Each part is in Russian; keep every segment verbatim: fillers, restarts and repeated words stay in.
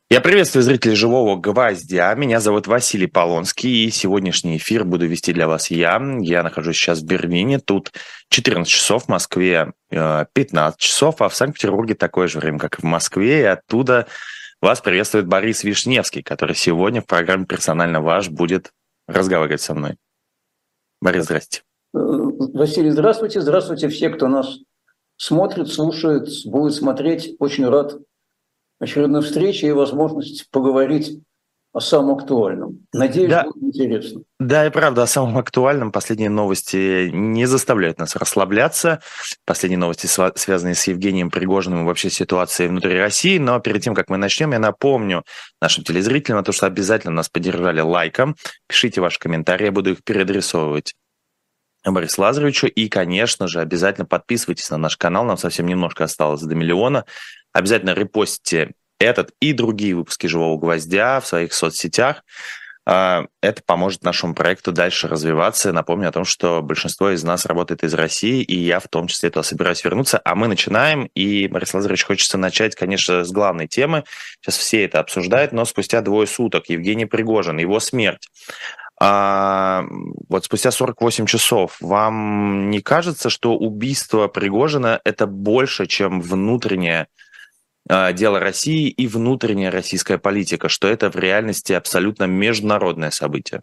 Я приветствую зрителей «Живого гвоздя». Меня зовут Василий Полонский, и сегодняшний эфир буду вести для вас я. Я нахожусь сейчас в Берлине, тут четырнадцать часов, в Москве э, пятнадцать часов, а в Санкт-Петербурге такое же время, как и в Москве, и оттуда вас приветствует Борис Вишневский, который сегодня в программе «Персонально ваш» будет разговаривать со мной. Борис, здрасте. Василий, здравствуйте. Здравствуйте все, кто нас смотрит, слушает, будет смотреть. Очень рад очередной встрече и возможности поговорить о самом актуальном. Надеюсь, Да, будет интересно. да, и правда, о самом актуальном. Последние новости не заставляют нас расслабляться. Последние новости, сва- связанные с Евгением Пригожиным и вообще ситуацией внутри России. Но перед тем, как мы начнем, я напомню нашим телезрителям о том, что обязательно нас поддержали лайком. Пишите ваши комментарии, я буду их переадресовывать Борису Лазаревичу. И, конечно же, обязательно подписывайтесь на наш канал. Нам совсем немножко осталось до миллиона. Обязательно репостите этот и другие выпуски «Живого гвоздя» в своих соцсетях. А, Это поможет нашему проекту дальше развиваться. Напомню о том, что большинство из нас работает из России, и я в том числе туда собираюсь вернуться. А мы начинаем, и, Борис Лазаревич, хочется начать, конечно, с главной темы. Сейчас все это обсуждают, но спустя двое суток Евгений Пригожин, его смерть. А, вот спустя сорок восемь часов вам не кажется, что убийство Пригожина – это больше, чем внутреннее а, дело России и внутренняя российская политика, что это в реальности абсолютно международное событие?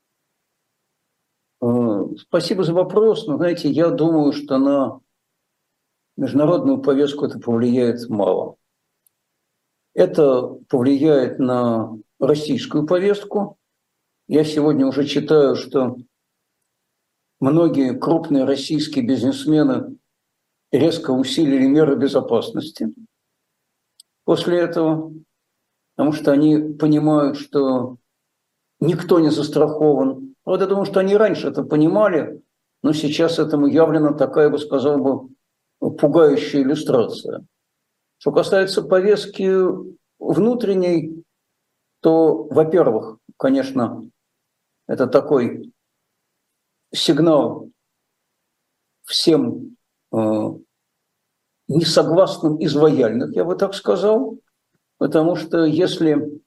Э, Спасибо за вопрос. Но, знаете, я думаю, что на международную повестку это повлияет мало. Это повлияет на российскую повестку. Я сегодня уже читаю, что многие крупные российские бизнесмены резко усилили меры безопасности после этого, потому что они понимают, что никто не застрахован. Вот я думаю, что они раньше это понимали, но сейчас этому явлена такая, я бы сказал бы, пугающая иллюстрация. Что касается повестки внутренней, то, во-первых, конечно, это такой сигнал всем э, несогласным из лояльных, я бы так сказал, потому что если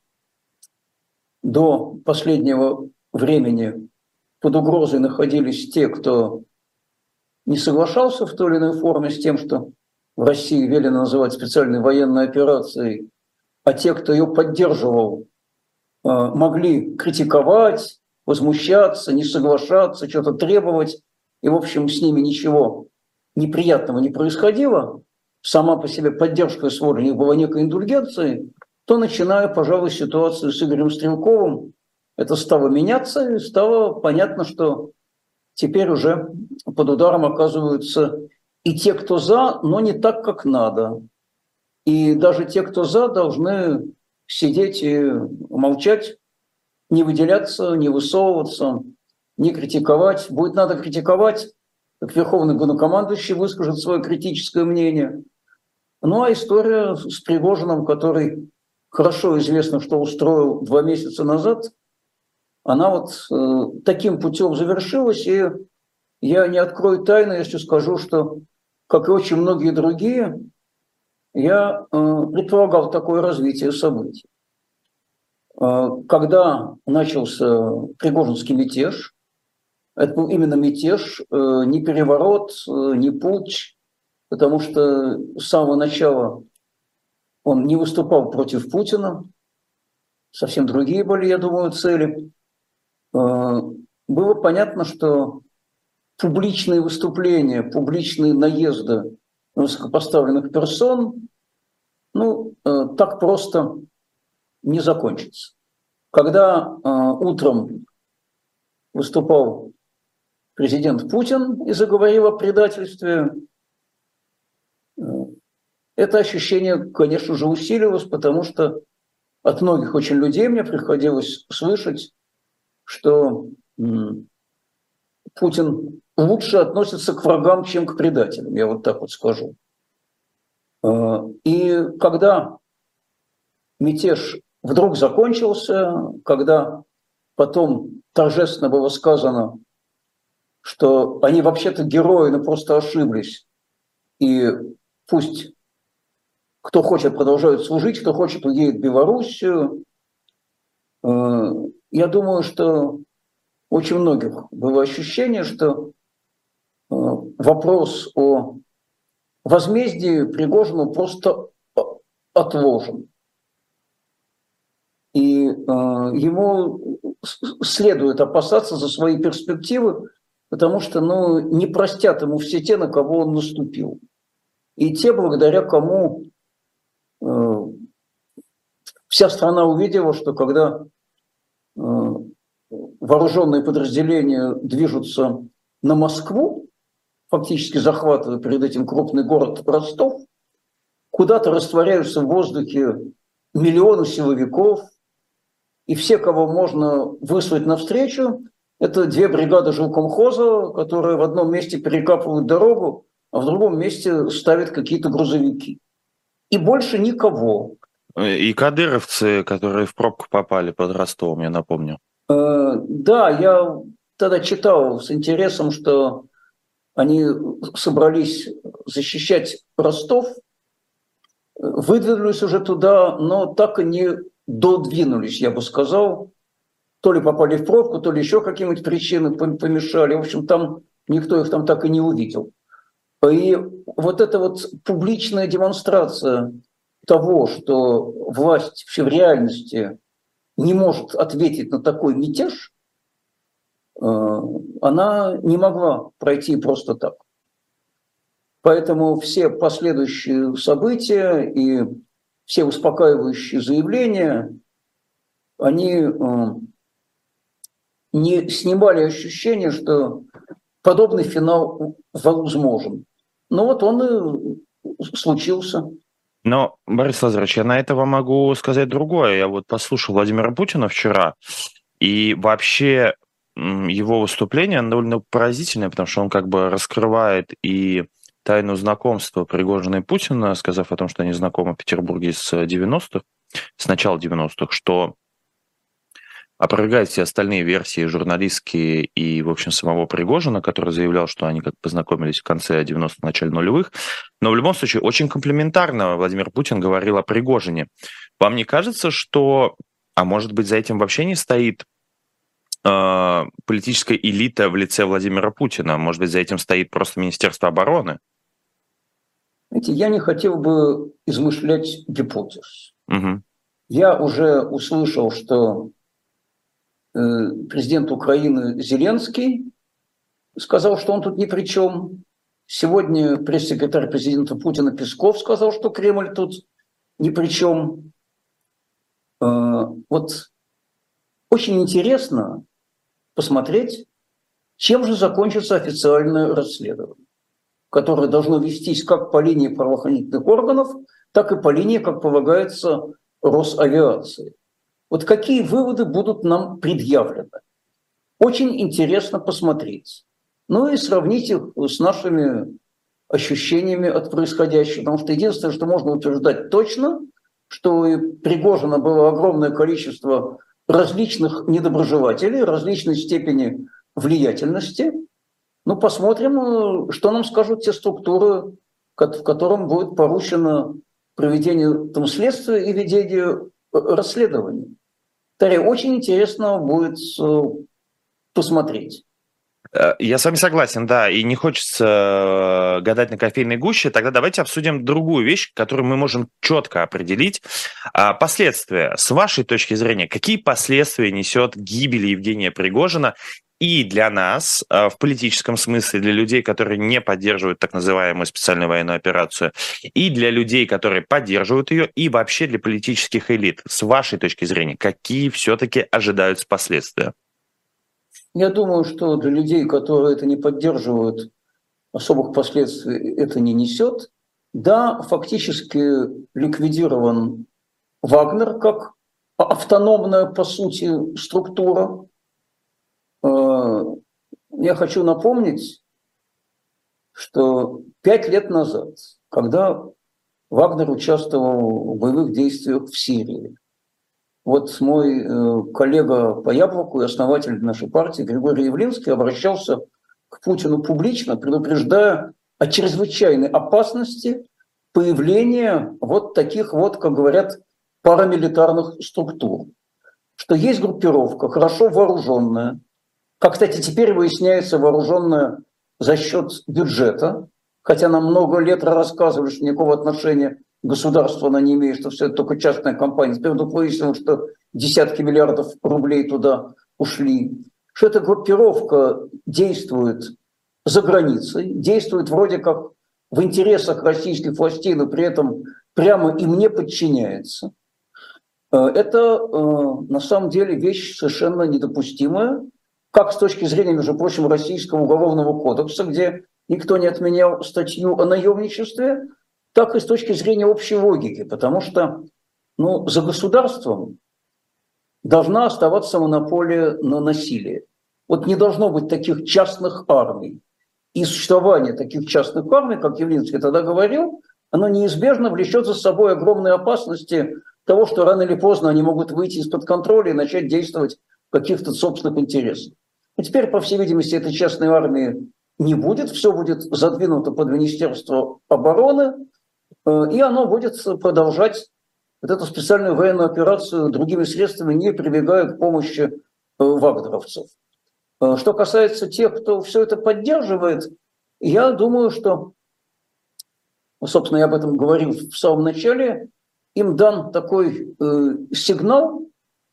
до последнего времени под угрозой находились те, кто не соглашался в той или иной форме с тем, что в России велено называть специальной военной операцией, а те, кто ее поддерживал, могли критиковать, возмущаться, не соглашаться, что-то требовать, и, в общем, с ними ничего неприятного не происходило, сама по себе поддержка с волей у них была некой индульгенцией, то, начиная, пожалуй, ситуацию с Игорем Стрелковым, это стало меняться, и стало понятно, что теперь уже под ударом оказываются и те, кто за, но не так, как надо. И даже те, кто за, должны сидеть и молчать, не выделяться, не высовываться, не критиковать. Будет надо критиковать, как верховный главнокомандующий выскажет свое критическое мнение. Ну а история с Пригожиным, который хорошо известно, что устроил два месяца назад, она вот э, таким путем завершилась, и я не открою тайны, если скажу, что, как и очень многие другие, я э, предполагал такое развитие событий. Э, когда начался Пригожинский мятеж, это был именно мятеж, э, не переворот, э, не путч, потому что с самого начала он не выступал против Путина, совсем другие были, я думаю, цели. Э, было понятно, что публичные выступления, публичные наезды на высокопоставленных персон, ну, э, так просто не закончатся. Когда э, утром выступал президент Путин и заговорил о предательстве, э, это ощущение, конечно же, усилилось, потому что от многих очень людей мне приходилось слышать, что э, Путин лучше относится к врагам, чем к предателям, я вот так вот скажу. И когда мятеж вдруг закончился, когда потом торжественно было сказано, что они вообще-то герои, но просто ошиблись, и пусть кто хочет, продолжают служить, кто хочет, уедет в Белоруссию. Я думаю, что у очень многих было ощущение, что вопрос о возмездии Пригожину просто отложен. И э, ему следует опасаться за свои перспективы, потому что ну, не простят ему все те, на кого он наступил. И те, благодаря кому э, вся страна увидела, что когда э, вооруженные подразделения движутся на Москву, фактически захватывая перед этим крупный город Ростов, куда-то растворяются в воздухе миллионы силовиков, и все, кого можно выслать навстречу, это две бригады жилкомхоза, которые в одном месте перекапывают дорогу, а в другом месте ставят какие-то грузовики. И больше никого. И кадыровцы, которые в пробку попали под Ростовом, я напомню. Э, да, я тогда читал с интересом, что они собрались защищать Ростов, выдвинулись уже туда, но так и не додвинулись, я бы сказал. То ли попали в пробку, то ли еще какие-нибудь причины помешали. В общем, там никто их там так и не увидел. И вот эта вот публичная демонстрация того, что власть в реальности не может ответить на такой мятеж, она не могла пройти просто так. Поэтому все последующие события и все успокаивающие заявления, они не снимали ощущение, что подобный финал возможен. Но вот он и случился. Но, Борис Лазаревич, я на этого могу сказать другое. Я вот послушал Владимира Путина вчера, и вообще его выступление довольно поразительное, потому что он как бы раскрывает и тайну знакомства Пригожина и Путина, сказав о том, что они знакомы в Петербурге с девяностых, с начала девяностых, что опровергает все остальные версии журналистские и, в общем, самого Пригожина, который заявлял, что они как познакомились в конце девяностых, начале нулевых. Но в любом случае очень комплиментарно Владимир Путин говорил о Пригожине. Вам не кажется, что, а может быть, за этим вообще не стоит э, политическая элита в лице Владимира Путина? Может быть, за этим стоит просто Министерство обороны? Знаете, я не хотел бы измышлять гипотез. Угу. Я уже услышал, что президент Украины Зеленский сказал, что он тут ни при чем. Сегодня пресс-секретарь президента Путина Песков сказал, что Кремль тут ни при чем. Вот очень интересно посмотреть, чем же закончится официальное расследование, которое должно вестись как по линии правоохранительных органов, так и по линии, как полагается, Росавиации. Вот какие выводы будут нам предъявлены? Очень интересно посмотреть. Ну и сравнить их с нашими ощущениями от происходящего. Потому что единственное, что можно утверждать точно, что у Пригожина было огромное количество различных недоброжелателей, различной степени влиятельности. Ну, посмотрим, что нам скажут те структуры, в котором будет поручено проведение там следствия и ведение расследования. Очень интересно будет посмотреть. Я с вами согласен, да, и не хочется гадать на кофейной гуще. Тогда давайте обсудим другую вещь, которую мы можем четко определить. Последствия. С вашей точки зрения, какие последствия несет гибель Евгения Пригожина и для нас, в политическом смысле, для людей, которые не поддерживают так называемую специальную военную операцию, и для людей, которые поддерживают ее, и вообще для политических элит? С вашей точки зрения, какие все-таки ожидаются последствия? Я думаю, что для людей, которые это не поддерживают, особых последствий это не несет. Да, фактически ликвидирован Вагнер как автономная, по сути, структура. Я хочу напомнить, что пять лет назад, когда Вагнер участвовал в боевых действиях в Сирии, вот мой коллега по Яблоку и основатель нашей партии Григорий Явлинский обращался к Путину публично, предупреждая о чрезвычайной опасности появление вот таких вот, как говорят, парамилитарных структур. Что есть группировка, хорошо вооруженная, как, кстати, теперь выясняется, вооруженная за счет бюджета, хотя нам много лет рассказывали, что никакого отношения к государству она не имеет, что все это только частная компания. Теперь вдруг выяснилось, что десятки миллиардов рублей туда ушли. Что эта группировка действует за границей, действует вроде как в интересах российских властей, но при этом прямо им не подчиняется. Это на самом деле вещь совершенно недопустимая, как с точки зрения, между прочим, Российского уголовного кодекса, где никто не отменял статью о наемничестве, так и с точки зрения общей логики, потому что ну, за государством должна оставаться монополия на насилие. Вот не должно быть таких частных армий. И существование таких частных армий, как Явлинский тогда говорил, оно неизбежно влечет за собой огромные опасности того, что рано или поздно они могут выйти из-под контроля и начать действовать в каких-то собственных интересах. И теперь, по всей видимости, этой частной армии не будет, все будет задвинуто под Министерство обороны, и оно будет продолжать вот эту специальную военную операцию другими средствами, не прибегая к помощи вагнеровцев. Что касается тех, кто все это поддерживает, я думаю, что, собственно, я об этом говорил в самом начале, им дан такой э, сигнал,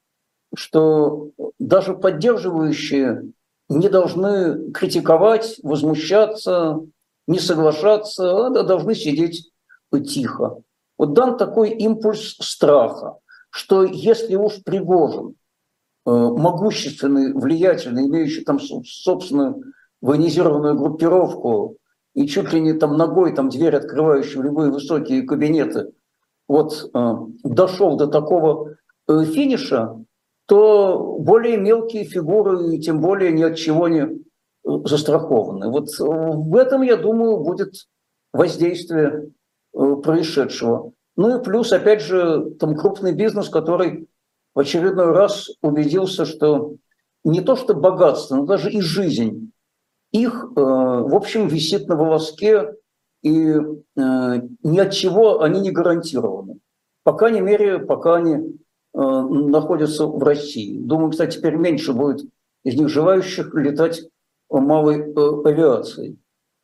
что даже поддерживающие не должны критиковать, возмущаться, не соглашаться, а должны сидеть тихо. Вот дан такой импульс страха, что если уж Пригожин, могущественный, влиятельный, имеющий там собственную военизированную группировку и чуть ли не там ногой там дверь, открывающую любые высокие кабинеты, вот дошел до такого финиша, то более мелкие фигуры, тем более ни от чего не застрахованы. Вот в этом, я думаю, будет воздействие происшедшего. Ну и плюс, опять же, там крупный бизнес, который в очередной раз убедился, что не то что богатство, но даже и жизнь их, в общем, висит на волоске, и ни от чего они не гарантированы. По крайней мере, пока они находятся в России. Думаю, кстати, теперь меньше будет из них желающих летать малой авиацией.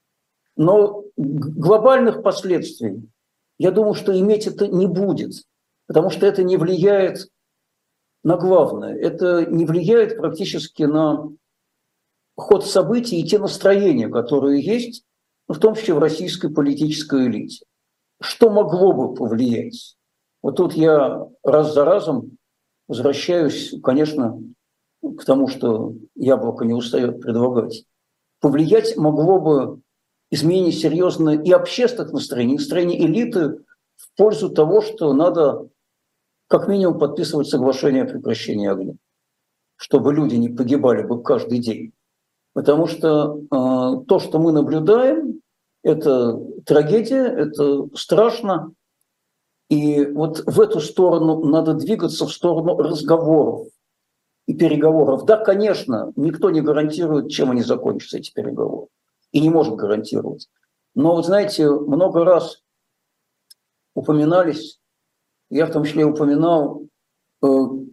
Но глобальных последствий, я думаю, что иметь это не будет, потому что это не влияет на главное. Это не влияет практически на ход событий и те настроения, которые есть, в том числе в российской политической элите. Что могло бы повлиять? Вот тут я раз за разом возвращаюсь, конечно, к тому, что Яблоко не устает предлагать. Повлиять могло бы изменение серьезное и общественных настроений, и настроений элиты в пользу того, что надо как минимум подписывать соглашение о прекращении огня, чтобы люди не погибали бы каждый день. Потому что э, то, что мы наблюдаем, это трагедия, это страшно. И вот в эту сторону надо двигаться, в сторону разговоров и переговоров. Да, конечно, никто не гарантирует, чем они закончатся, эти переговоры. И не может гарантировать. Но, вот знаете, много раз упоминались, я в том числе упоминал э,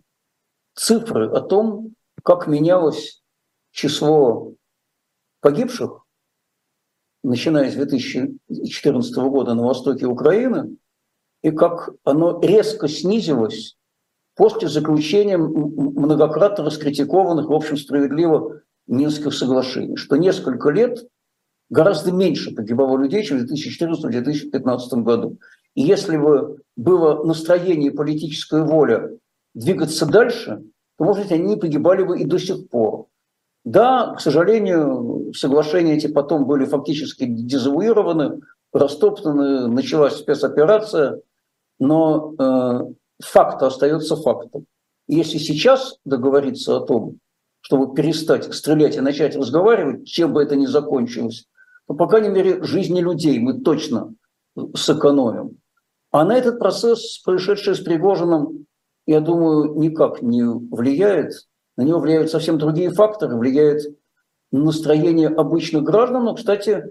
цифры о том, как менялось число погибших, начиная с две тысячи четырнадцатого года на востоке Украины, и как оно резко снизилось после заключения многократно раскритикованных, в общем, справедливо, Минских соглашений, что несколько лет гораздо меньше погибало людей, чем в две тысячи четырнадцатом — две тысячи пятнадцатом году. И если бы было настроение и политическая воля двигаться дальше, то, может быть, они не погибали бы и до сих пор. Да, к сожалению, соглашения эти потом были фактически дезавуированы, растоптаны, началась спецоперация, но э, факт остается фактом. И если сейчас договориться о том, чтобы перестать стрелять и начать разговаривать, чем бы это ни закончилось, то, по крайней мере, жизни людей мы точно сэкономим. А на этот процесс, происшедший с Пригожиным, я думаю, никак не влияет. На него влияют совсем другие факторы, влияет настроение обычных граждан. Но, кстати,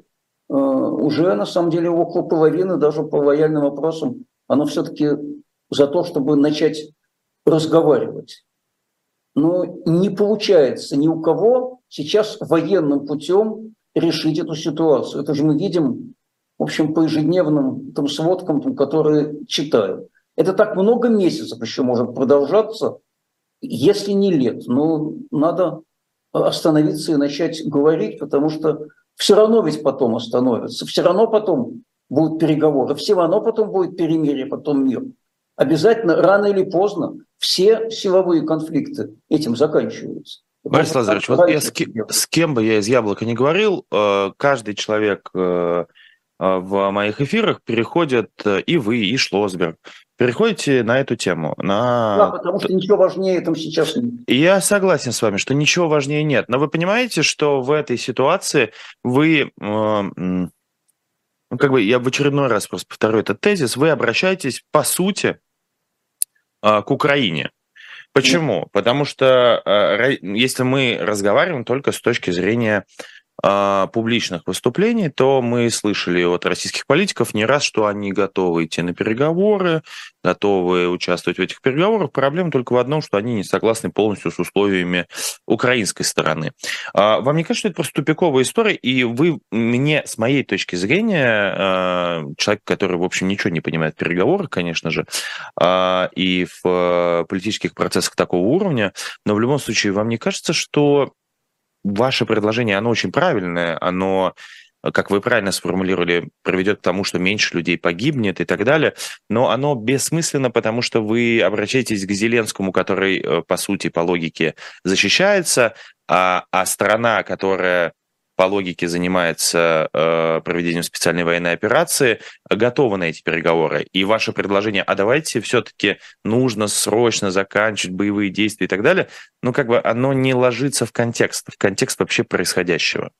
уже на самом деле около половины, даже по лояльным вопросам, оно все-таки за то, чтобы начать разговаривать. Но не получается ни у кого сейчас военным путем решить эту ситуацию. Это же мы видим, в общем, по ежедневным там, сводкам, там, которые читаю. Это так много месяцев еще может продолжаться, если не лет. Но надо остановиться и начать говорить, потому что все равно ведь потом остановится, все равно потом будут переговоры, все равно потом будет перемирие, потом мир. Обязательно, рано или поздно, все силовые конфликты этим заканчиваются. Борис Лазаревич, вот я с, кем, с кем бы я из «Яблока» не говорил, каждый человек в моих эфирах переходит, и вы, и Шлосберг, переходите на эту тему. На... Да, потому что ничего важнее там сейчас нет. Я согласен с вами, что ничего важнее нет. Но вы понимаете, что в этой ситуации вы... Ну, как бы я в очередной раз просто повторю этот тезис, вы обращаетесь, по сути, к Украине. Почему? Потому что если мы разговариваем только с точки зрения публичных выступлений, то мы слышали от российских политиков не раз, что они готовы идти на переговоры, готовы участвовать в этих переговорах. Проблема только в одном, что они не согласны полностью с условиями украинской стороны. Вам не кажется, что это просто тупиковая история? И вы мне, с моей точки зрения, человек, который, в общем, ничего не понимает в переговорах, конечно же, и в политических процессах такого уровня, но в любом случае, вам не кажется, что ваше предложение, оно очень правильное, оно, как вы правильно сформулировали, приведет к тому, что меньше людей погибнет и так далее, но оно бессмысленно, потому что вы обращаетесь к Зеленскому, который, по сути, по логике защищается, а, а страна, которая по логике занимается э, проведением специальной военной операции, готова на эти переговоры. И ваше предложение, а давайте все-таки нужно срочно заканчивать боевые действия и так далее, ну как бы оно не ложится в контекст, в контекст вообще происходящего.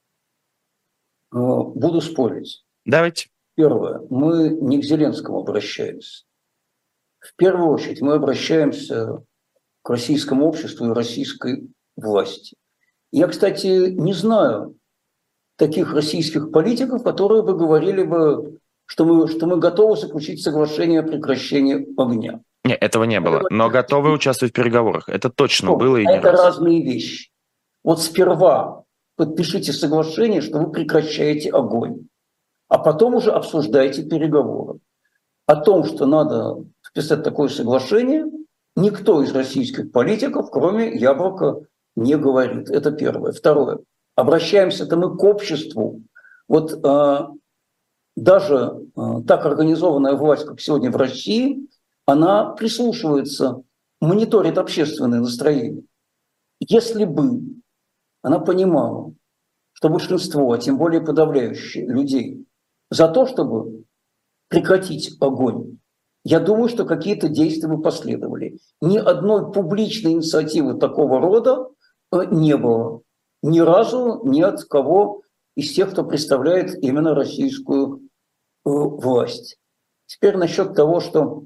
Буду спорить. Давайте. Первое. Мы не к Зеленскому обращаемся. В первую очередь мы обращаемся к российскому обществу и российской власти. Я, кстати, не знаю таких российских политиков, которые бы говорили бы, что мы, что мы готовы заключить соглашение о прекращении огня. Нет, этого не было, но готовы участвовать в переговорах. Это точно было и не раз. Это раз. разные вещи. Вот сперва подпишите соглашение, что вы прекращаете огонь, а потом уже обсуждайте переговоры. О том, что надо подписать такое соглашение, никто из российских политиков, кроме «Яблока», не говорит. Это первое. Второе. Обращаемся-то мы к обществу. Вот э, даже э, так организованная власть, как сегодня в России, она прислушивается, мониторит общественное настроение. Если бы она понимала, что большинство, а тем более подавляющее людей, за то, чтобы прекратить огонь, я думаю, что какие-то действия бы последовали. Ни одной публичной инициативы такого рода не было. Ни разу ни от кого из тех, кто представляет именно российскую э, власть. Теперь насчет того, что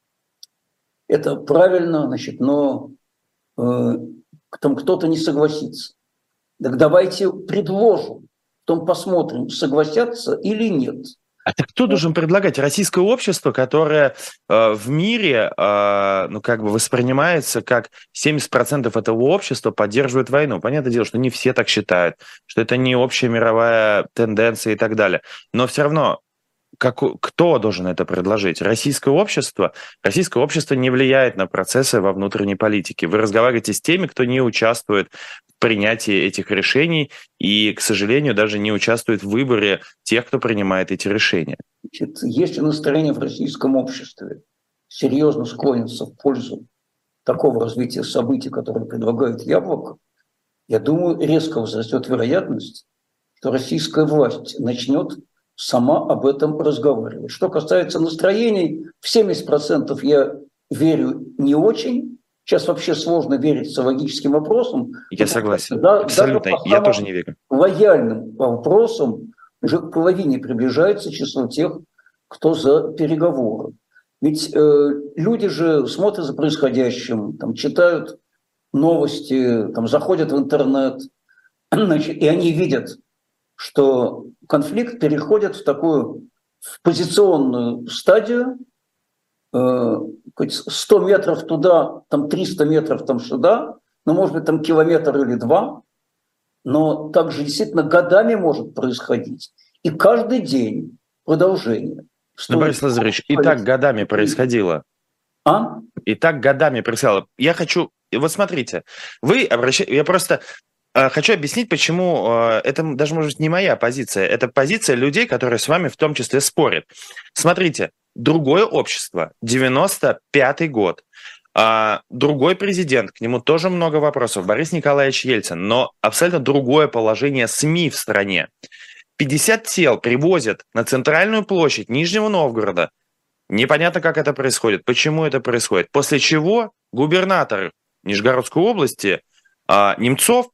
это правильно, значит, но э, там кто-то не согласится. Так давайте предложим, потом посмотрим, согласятся или нет. А так кто должен предлагать? Российское общество, которое э, в мире э, ну, как бы воспринимается как семьдесят процентов этого общества поддерживает войну. Понятное дело, что не все так считают, что это не общая мировая тенденция и так далее. Но все равно, как, кто должен это предложить? Российское общество? Российское общество не влияет на процессы во внутренней политике. Вы разговариваете с теми, кто не участвует в принятии этих решений и, к сожалению, даже не участвует в выборе тех, кто принимает эти решения. Значит, если настроение в российском обществе серьезно склонится в пользу такого развития событий, которые предлагает «Яблоко», я думаю, резко возрастет вероятность, что российская власть начнет сама об этом разговаривать. Что касается настроений, в семьдесят процентов я верю не очень. Сейчас вообще сложно верить социологическим вопросам. Я согласен. Да, абсолютно. По я тоже не верю. Лояльным вопросам уже к половине приближается число тех, кто за переговоры. Ведь э, люди же смотрят за происходящим, там, читают новости, там, заходят в интернет, значит, и они видят, что конфликт переходит в такую в позиционную стадию, сто метров туда, там триста метров там сюда, ну, может быть, там километр или два, но также действительно годами может происходить. И каждый день продолжение. Ну, Борис Лазаревич, и так годами происходило. А? И так годами происходило. Я хочу... Вот смотрите, вы обращаете... Я просто э, хочу объяснить, почему э, это даже, может быть, не моя позиция. Это позиция людей, которые с вами в том числе спорят. Смотрите, другое общество, девяносто пятый год, э, другой президент, к нему тоже много вопросов, Борис Николаевич Ельцин, но абсолютно другое положение СМИ в стране. пятьдесят тел привозят на центральную площадь Нижнего Новгорода. Непонятно, как это происходит, почему это происходит. После чего губернатор Нижегородской области а, Немцов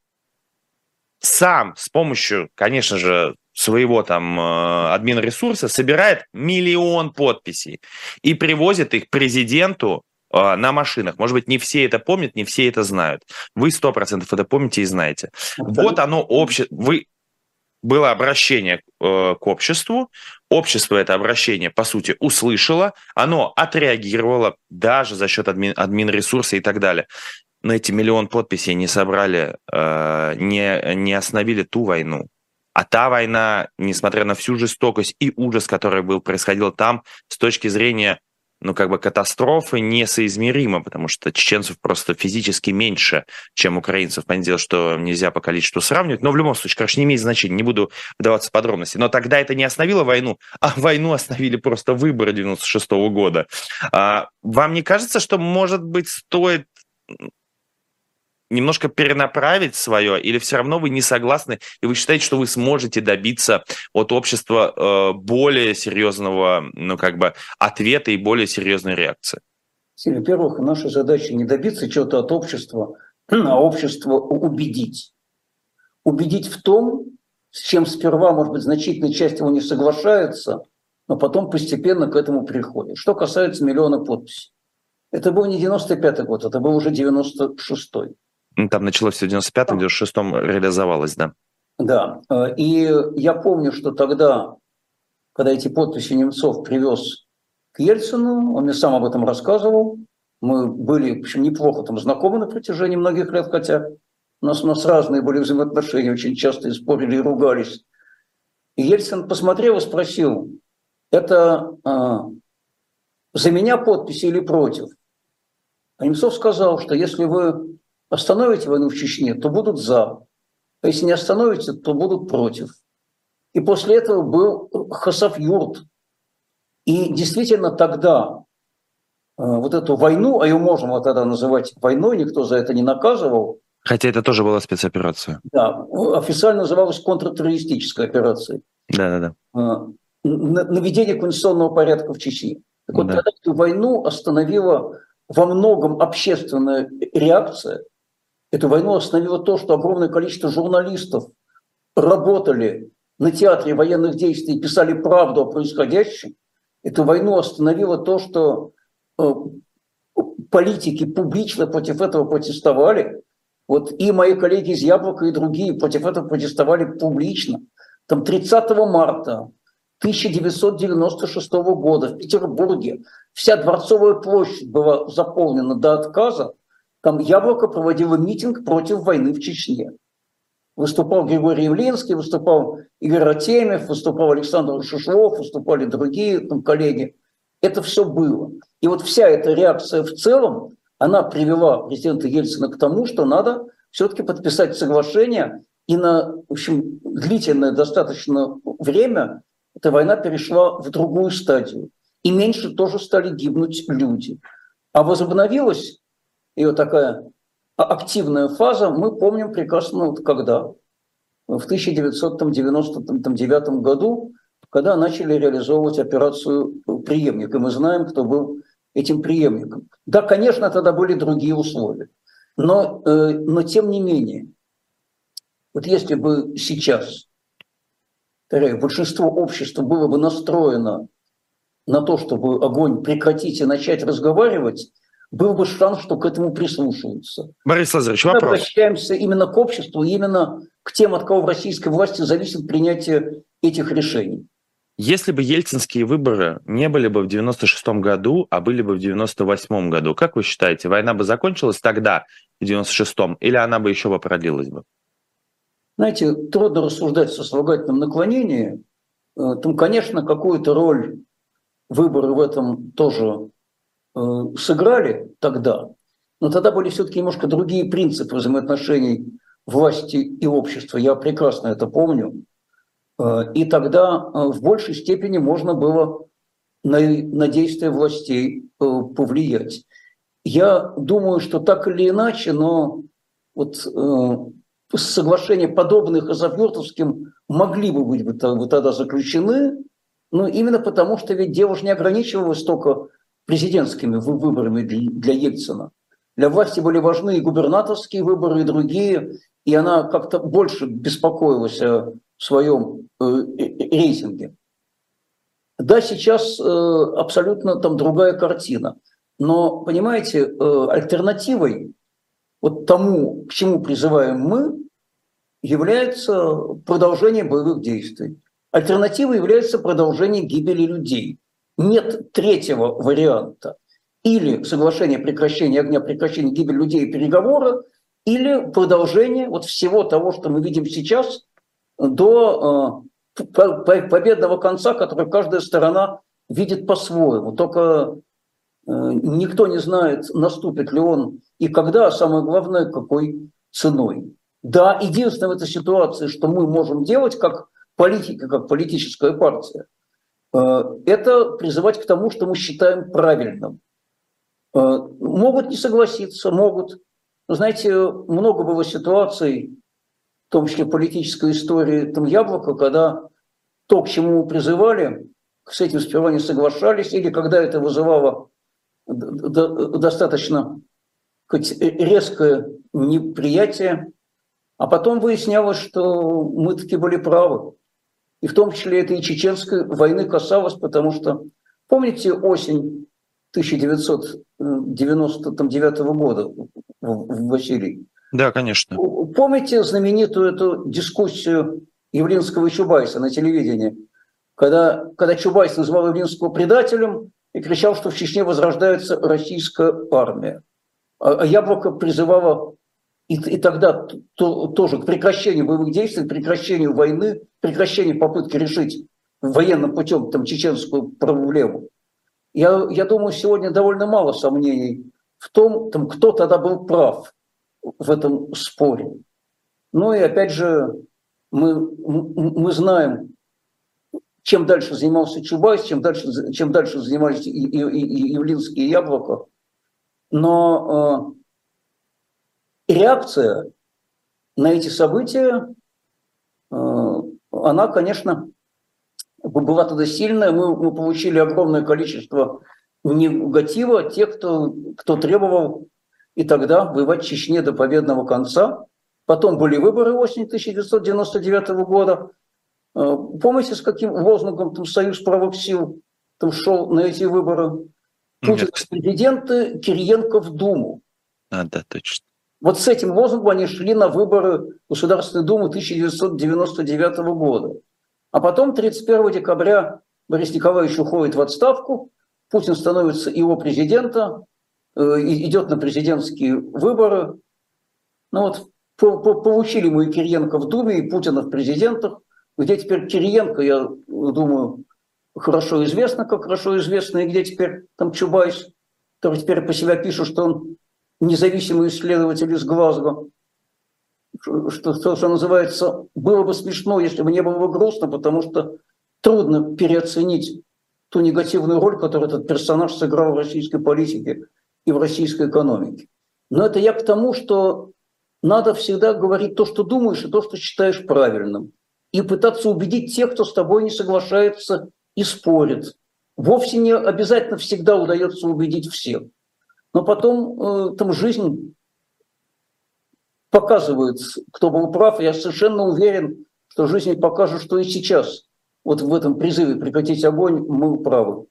сам с помощью, конечно же, своего там э, админресурса собирает миллион подписей и привозит их президенту э, на машинах. Может быть, не все это помнят, не все это знают. Вы сто процентов это помните и знаете. Абсолютно. Вот оно общество. Вы... Было обращение э, к обществу, общество это обращение, по сути, услышало, оно отреагировало даже за счет админ, админресурса и так далее. Но эти миллион подписей не собрали, э, не, не остановили ту войну. А та война, несмотря на всю жестокость и ужас, который был, происходил там, с точки зрения, ну, как бы катастрофы несоизмеримо, потому что чеченцев просто физически меньше, чем украинцев. Понятное дело, что нельзя по количеству сравнивать, но в любом случае, конечно, не имеет значения, не буду вдаваться в подробности. Но тогда это не остановило войну, а войну остановили просто выборы девяносто шестого года. А вам не кажется, что, может быть, стоит немножко перенаправить свое, или все равно вы не согласны, и вы считаете, что вы сможете добиться от общества э, более серьезного, ну, как бы, ответа и более серьезной реакции? Во-первых, наша задача не добиться чего-то от общества, а общество убедить. Убедить в том, с чем сперва, может быть, значительная часть его не соглашается, но потом постепенно к этому приходит. Что касается миллиона подписей. Это был не девяносто пятый год, это был уже девяносто шестой. Там началось все в девяносто пятом, в девяносто шестом реализовалось, да. Да, и я помню, что тогда, когда эти подписи Немцов привез к Ельцину, он мне сам об этом рассказывал, мы были, в общем, неплохо там знакомы на протяжении многих лет, хотя у нас, у нас разные были взаимоотношения, очень часто и спорили, и ругались. И Ельцин посмотрел и спросил, это а, за меня подписи или против? А Немцов сказал, что если вы остановите войну в Чечне, то будут за. А если не остановите, то будут против. И после этого был Хасавюрт. И действительно тогда э, вот эту войну, а ее можно тогда называть войной, никто за это не наказывал. Хотя это тоже была спецоперация. Да, официально называлась контртеррористической операцией. Да-да-да. Э, наведение конституционного порядка в Чечне. Так вот, да. Тогда эту войну остановила во многом общественная реакция. Эту войну остановило то, что огромное количество журналистов работали на театре военных действий и писали правду о происходящем. Эту войну остановило то, что э, политики публично против этого протестовали. Вот и мои коллеги из «Яблока», и другие против этого протестовали публично. Там тридцатого марта тысяча девятьсот девяносто шестого года в Петербурге вся Дворцовая площадь была заполнена до отказа. Там «Яблоко» проводило митинг против войны в Чечне. Выступал Григорий Явлинский, выступал Игорь Артемьев, выступал Александр Шишлов, выступали другие там, коллеги. Это все было. И вот вся эта реакция в целом, она привела президента Ельцина к тому, что надо все-таки подписать соглашение. И на, в общем, длительное достаточно время эта война перешла в другую стадию. И меньше тоже стали гибнуть люди. А возобновилась ее такая активная фаза, мы помним прекрасно, вот когда, в тысяча девятьсот девяносто девятом году, когда начали реализовывать операцию «Преемник», и мы знаем, кто был этим преемником. Да, конечно, тогда были другие условия, но, э, но тем не менее, вот если бы сейчас большинство общества было бы настроено на то, чтобы огонь прекратить и начать разговаривать, был бы шанс, что к этому прислушиваются. Борис Лазаревич, Мы вопрос. обращаемся именно к обществу, именно к тем, от кого в российской власти зависит принятие этих решений. Если бы ельцинские выборы не были бы в девяносто шестом году, а были бы в девяносто восьмом году, как вы считаете, война бы закончилась тогда, в девяносто шестом, или она бы еще бы продлилась бы? Знаете, трудно рассуждать в сослагательном наклонении. Там, конечно, какую-то роль выборы в этом тоже э, сыграли тогда, но тогда были все-таки немножко другие принципы взаимоотношений власти и общества. Я прекрасно это помню. И тогда в большей степени можно было на, на действия властей повлиять. Я думаю, что так или иначе, но вот э, соглашения подобных Хасавюртовским могли бы быть тогда заключены, но именно потому, что ведь дело же не ограничивалось только президентскими выборами для Ельцина. Для власти были важны и губернаторские выборы, и другие, и она как-то больше беспокоилась о своем э, рейтинге. Да, сейчас э, абсолютно там другая картина. Но, понимаете, э, альтернативой вот тому, к чему призываем мы, является продолжение боевых действий. Альтернативой является продолжение гибели людей. Нет третьего варианта. Или соглашение прекращения огня, прекращение гибели людей и переговоры, или продолжение вот всего того, что мы видим сейчас, до э, победного конца, который каждая сторона видит по-своему. Только э, никто не знает, наступит ли он и когда, а самое главное, какой ценой. Да, единственное в этой ситуации, что мы можем делать как политика, как политическая партия, э, это призывать к тому, что мы считаем правильным. Э, могут не согласиться, могут. Но, знаете, много было ситуаций, в том числе политической истории там Яблоко, когда то, к чему мы призывали, с этим сперва не соглашались, или когда это вызывало достаточно хоть резкое неприятие, а потом выяснялось, что мы таки были правы. И в том числе это и чеченской войны касалось, потому что, помните, осень тысяча девятьсот девяносто девятого года в Василии? Да, конечно. Помните знаменитую эту дискуссию Явлинского и Чубайса на телевидении, когда, когда Чубайс называл Явлинского предателем и кричал, что в Чечне возрождается российская армия. А Яблоко призывало и, и тогда то, тоже к прекращению боевых действий, к прекращению войны, прекращению попытки решить военным путем там, чеченскую проблему. Я, я думаю, сегодня довольно мало сомнений в том, там, кто тогда был прав в этом споре. Ну и опять же, мы, мы знаем, чем дальше занимался Чубайс, чем дальше, чем дальше занимались и, и, и Явлинский, и Яблоко. Но э, реакция на эти события, э, она, конечно, была тогда сильная. Мы, мы получили огромное количество негатива от тех, кто, кто требовал и тогда воевать в Чечне до победного конца. Потом были выборы осенью тысяча девятьсот девяносто девятого года. Помните, с каким лозунгом там Союз правых сил там шел на эти выборы? Путин в президенты, Кириенко в Думу. А, да, точно. Вот с этим лозунгом они шли на выборы Государственной Думы тысяча девятьсот девяносто девятого года. А потом тридцать первого декабря Борис Николаевич уходит в отставку, Путин становится его президентом, э, идет на президентские выборы. Ну вот, по, по, получили мы и Кириенко в Думе, и Путина в президентах. Где теперь Кириенко, я думаю, хорошо известно, как хорошо известно, и где теперь там Чубайс, который теперь по себе пишет, что он независимый исследователь из Глазго. Что, что, что называется, было бы смешно, если бы не было бы грустно, потому что трудно переоценить ту негативную роль, которую этот персонаж сыграл в российской политике и в российской экономике. Но это я к тому, что надо всегда говорить то, что думаешь, и то, что считаешь правильным. И пытаться убедить тех, кто с тобой не соглашается и спорит. Вовсе не обязательно всегда удается убедить всех. Но потом э, там жизнь показывает, кто был прав. Я совершенно уверен, что жизнь покажет, что и сейчас, вот в этом призыве прекратить огонь, мы правы.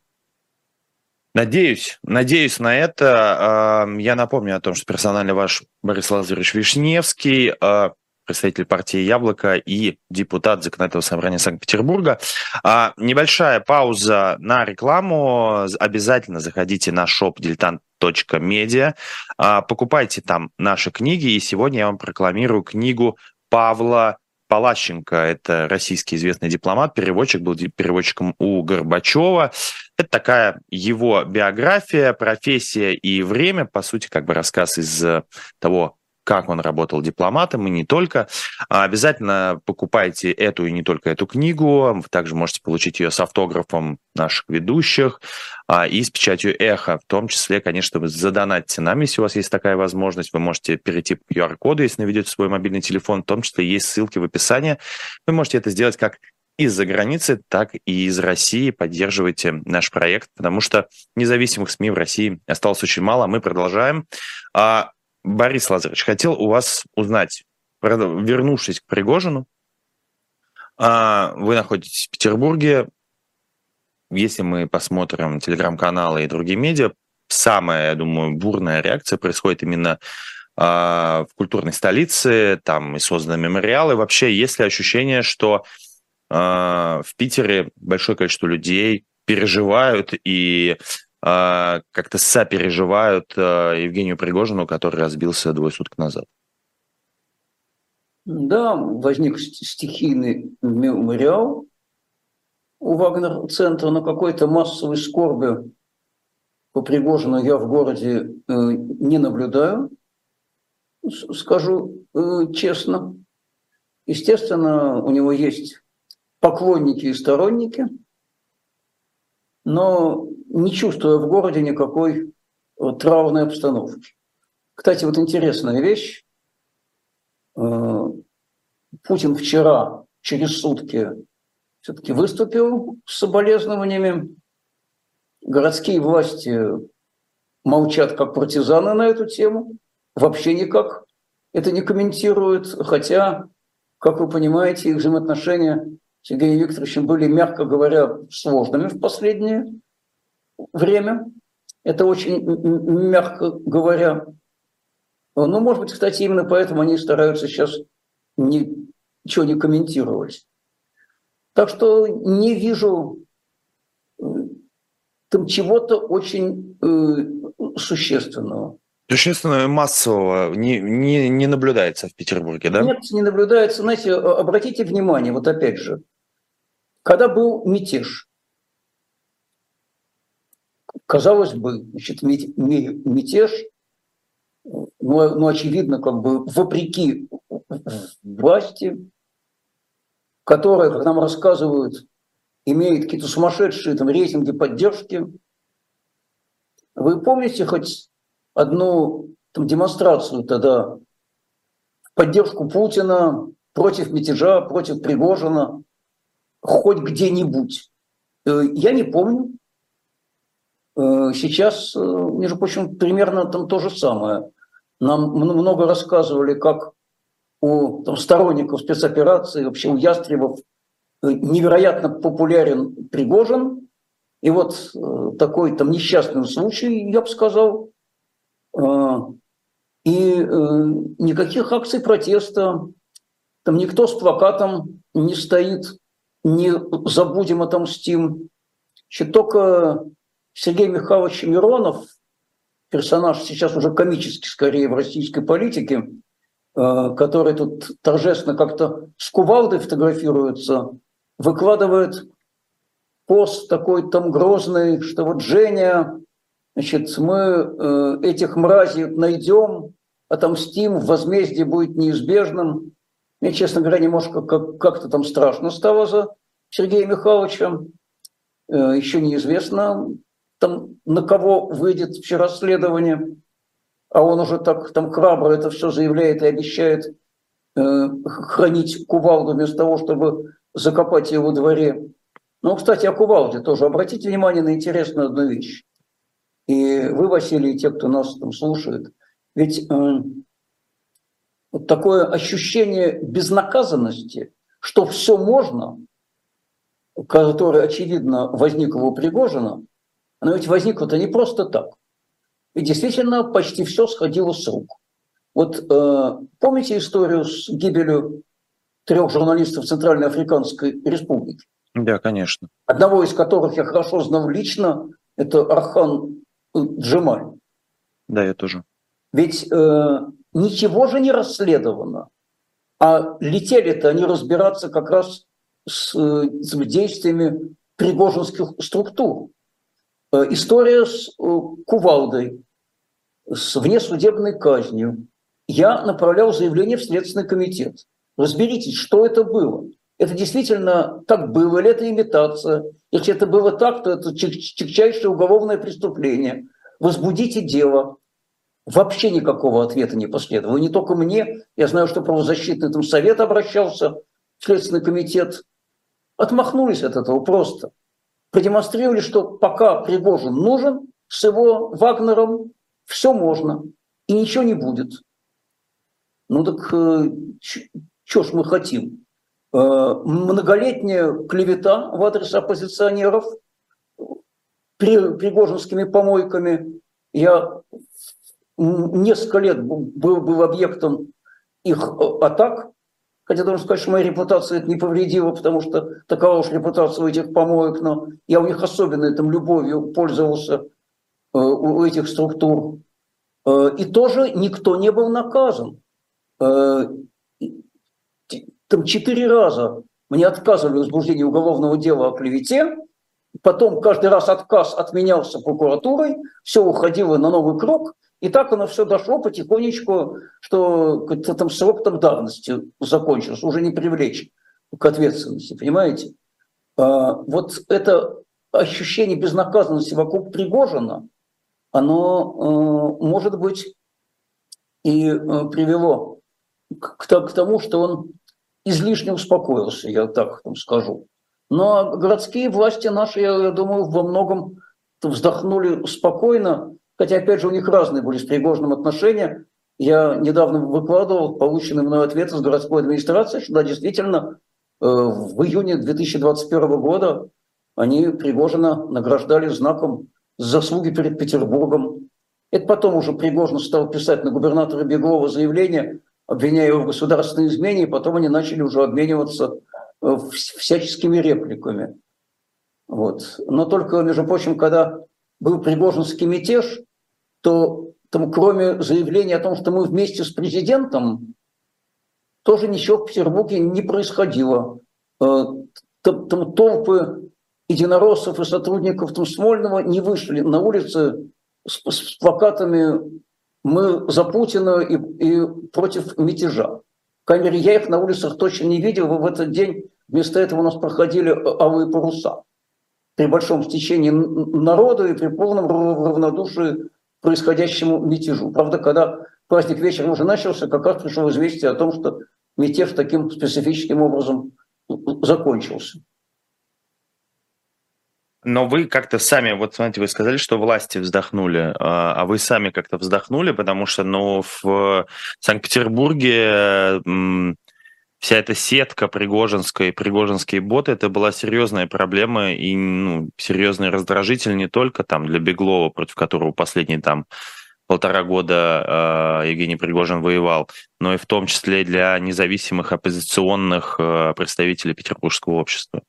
Надеюсь, надеюсь на это. Я напомню о том, что персонально ваш Борис Лазаревич Вишневский. представитель партии «Яблоко» и депутат Законодательного собрания Санкт-Петербурга. А, небольшая пауза на рекламу. Обязательно заходите на шоп дилетант точка медиа, а, покупайте там наши книги, и сегодня я вам прокламирую книгу Павла Палащенко. Это российский известный дипломат, переводчик, был переводчиком у Горбачева. Это такая его биография, профессия и время, по сути, как бы рассказ из того, как он работал дипломатом, и не только. Обязательно покупайте эту и не только эту книгу. Вы также можете получить ее с автографом наших ведущих и с печатью «Эхо». В том числе, конечно, вы задонатьте нам, если у вас есть такая возможность. Вы можете перейти по ку ар коду, если наведете свой мобильный телефон. В том числе есть ссылки в описании. Вы можете это сделать как из-за границы, так и из России. Поддерживайте наш проект, потому что независимых СМИ в России осталось очень мало. Мы продолжаем. Борис Лазаревич, хотел у вас узнать, вернувшись к Пригожину, вы находитесь в Петербурге, если мы посмотрим телеграм-каналы и другие медиа, самая, я думаю, бурная реакция происходит именно в культурной столице, там и созданы мемориалы. Вообще, есть ли ощущение, что в Питере большое количество людей переживают и как-то сопереживают Евгению Пригожину, который разбился двое суток назад? Да, возник стихийный мемориал у Вагнер-центра, но какой-то массовой скорби по Пригожину я в городе не наблюдаю, скажу честно. Естественно, у него есть поклонники и сторонники, но не чувствую в городе никакой траурной обстановки. Кстати, вот интересная вещь. Путин вчера, через сутки, все-таки выступил с соболезнованиями. Городские власти молчат как партизаны на эту тему, вообще никак это не комментируют, хотя, как вы понимаете, их взаимоотношения с Евгением Викторовичем были, мягко говоря, сложными в последнее время. Это очень мягко говоря. Ну, может быть, кстати, именно поэтому они стараются сейчас ни, ничего не комментировать. Так что не вижу там чего-то очень э, существенного. Существенного массового не, не, не наблюдается в Петербурге, да? Нет, не наблюдается. Знаете, обратите внимание, вот опять же, когда был мятеж, казалось бы, значит, мятеж, ну, ну, очевидно, как бы вопреки власти, которая, как нам рассказывают, имеет какие-то сумасшедшие там рейтинги поддержки. Вы помните хоть одну там демонстрацию тогда в поддержку Путина, против мятежа, против Пригожина, хоть где-нибудь? Я не помню. Сейчас, между прочим, примерно там то же самое. Нам много рассказывали, как у там, сторонников спецоперации, вообще у ястребов невероятно популярен Пригожин. И вот такой там несчастный случай, я бы сказал. И никаких акций протеста, там никто с плакатом не стоит, не забудем, отомстим. Еще только Сергей Михайлович Миронов, персонаж сейчас уже комический скорее в российской политике, который тут торжественно как-то с кувалдой фотографируется, выкладывает пост такой там грозный, что вот Женя, значит, мы этих мразей найдем, отомстим, возмездие будет неизбежным. Мне, честно говоря, немножко как-то там страшно стало за Сергея Михайловича. Еще неизвестно, там, на кого выйдет вообще расследование, а он уже так там храбро это все заявляет и обещает э, хранить кувалду вместо того, чтобы закопать ее во дворе. Ну, кстати, о кувалде тоже. Обратите внимание на интересную одну вещь. И вы, Василий, и те, кто нас там слушает. Ведь э, вот такое ощущение безнаказанности, что все можно, которое, очевидно, возникло у Пригожина, оно ведь возникло-то не просто так. И действительно почти все сходило с рук. Вот э, помните историю с гибелью трех журналистов Центральной Африканской Республики? Да, конечно. Одного из которых я хорошо знал лично, это Архан Джемаль. Да, я тоже. Ведь э, ничего же не расследовано, а летели-то они разбираться как раз с, с действиями пригожинских структур. Э, история с э, кувалдой, с внесудебной казнью. Я направлял заявление в Следственный комитет. Разберитесь, что это было. Это действительно так было, или это имитация? Если это было так, то это тягчайшее уголовное преступление. Возбудите дело. Вообще никакого ответа не последовало. И не только мне. Я знаю, что правозащитный там совет обращался в Следственный комитет. Отмахнулись от этого просто. Продемонстрировали, что пока Пригожин нужен, с его Вагнером все можно. И ничего не будет. Ну так что ж мы хотим? Многолетняя клевета в адрес оппозиционеров пригожинскими помойками. Я несколько лет был, был объектом их атак, хотя должен сказать, что моя репутация это не повредила, потому что такова уж репутация у этих помоек, но я у них особенно там любовью пользовался, у этих структур. И тоже никто не был наказан. Там четыре раза мне отказывали в возбуждении уголовного дела о клевете, потом каждый раз отказ отменялся прокуратурой, все уходило на новый круг, и так оно все дошло потихонечку, что там срок там давности закончился, уже не привлечь к ответственности, понимаете? Вот это ощущение безнаказанности вокруг Пригожина, оно, может быть, и привело к тому, что он излишне успокоился, я так там скажу. Но городские власти наши, я, я думаю, во многом вздохнули спокойно, хотя, опять же, у них разные были с Пригожиным отношения. Я недавно выкладывал полученный мной ответ из городской администрации, что да, действительно, в июне две тысячи двадцать первого года они Пригожина награждали знаком заслуги перед Петербургом. Это потом уже Пригожин стал писать на губернатора Беглова заявление, обвиняя его в государственной измене, и потом они начали уже обмениваться всяческими репликами. Вот. Но только, между прочим, когда был пригожинский мятеж, то там, кроме заявления о том, что мы вместе с президентом, тоже ничего в Петербурге не происходило. Там, там толпы единороссов и сотрудников там Смольного не вышли на улицы с, с плакатами «Мы за Путина и, и против мятежа». По крайней мере, я их на улицах точно не видел. В этот день вместо этого у нас проходили алые паруса. При большом стечении народа и при полном равнодушии к происходящему мятежу. Правда, когда праздник вечером уже начался, как раз пришло известие о том, что мятеж таким специфическим образом закончился. Но вы как-то сами, вот смотрите, вы сказали, что власти вздохнули, а вы сами как-то вздохнули, потому что, ну, в Санкт-Петербурге вся эта сетка пригожинская и пригожинские боты, это была серьезная проблема и, ну, серьезный раздражитель не только там для Беглова, против которого последние там полтора года э, Евгений Пригожин воевал, но и в том числе для независимых оппозиционных э, представителей петербургского общества.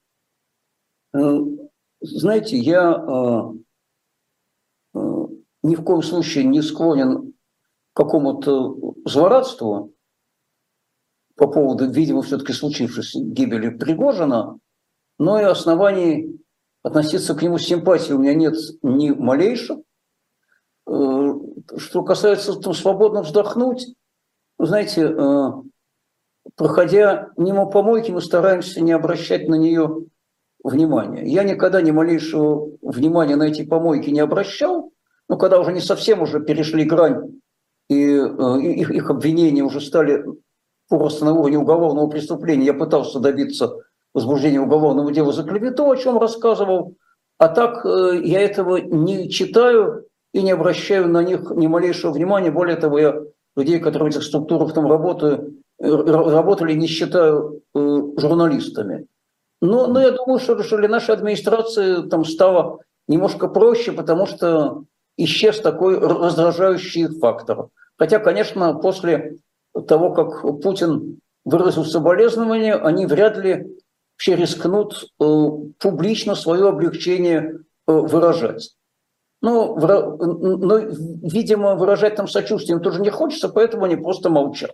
Знаете, я э, э, ни в коем случае не склонен к какому-то злорадству по поводу, видимо, все-таки случившейся гибели Пригожина, но и оснований относиться к нему с симпатией у меня нет ни малейших. Э, что касается там, свободно вздохнуть, вы знаете, э, проходя мимо помойки, мы стараемся не обращать на нее внимания. Я никогда ни малейшего внимания на эти помойки не обращал, но когда уже не совсем уже перешли грань, и, и их, их обвинения уже стали просто на уровне уголовного преступления, я пытался добиться возбуждения уголовного дела за клевету, о чем рассказывал, а так я этого не читаю и не обращаю на них ни малейшего внимания. Более того, я людей, которые в этих структурах там работают, работали, не считаю журналистами. Но, но я думаю, что, что для нашей администрации там стало немножко проще, потому что исчез такой раздражающий фактор. Хотя, конечно, после того, как Путин выразил соболезнования, они вряд ли вообще рискнут э, публично свое облегчение э, выражать. Ну, выра... но, видимо, выражать там сочувствие им тоже не хочется, поэтому они просто молчат.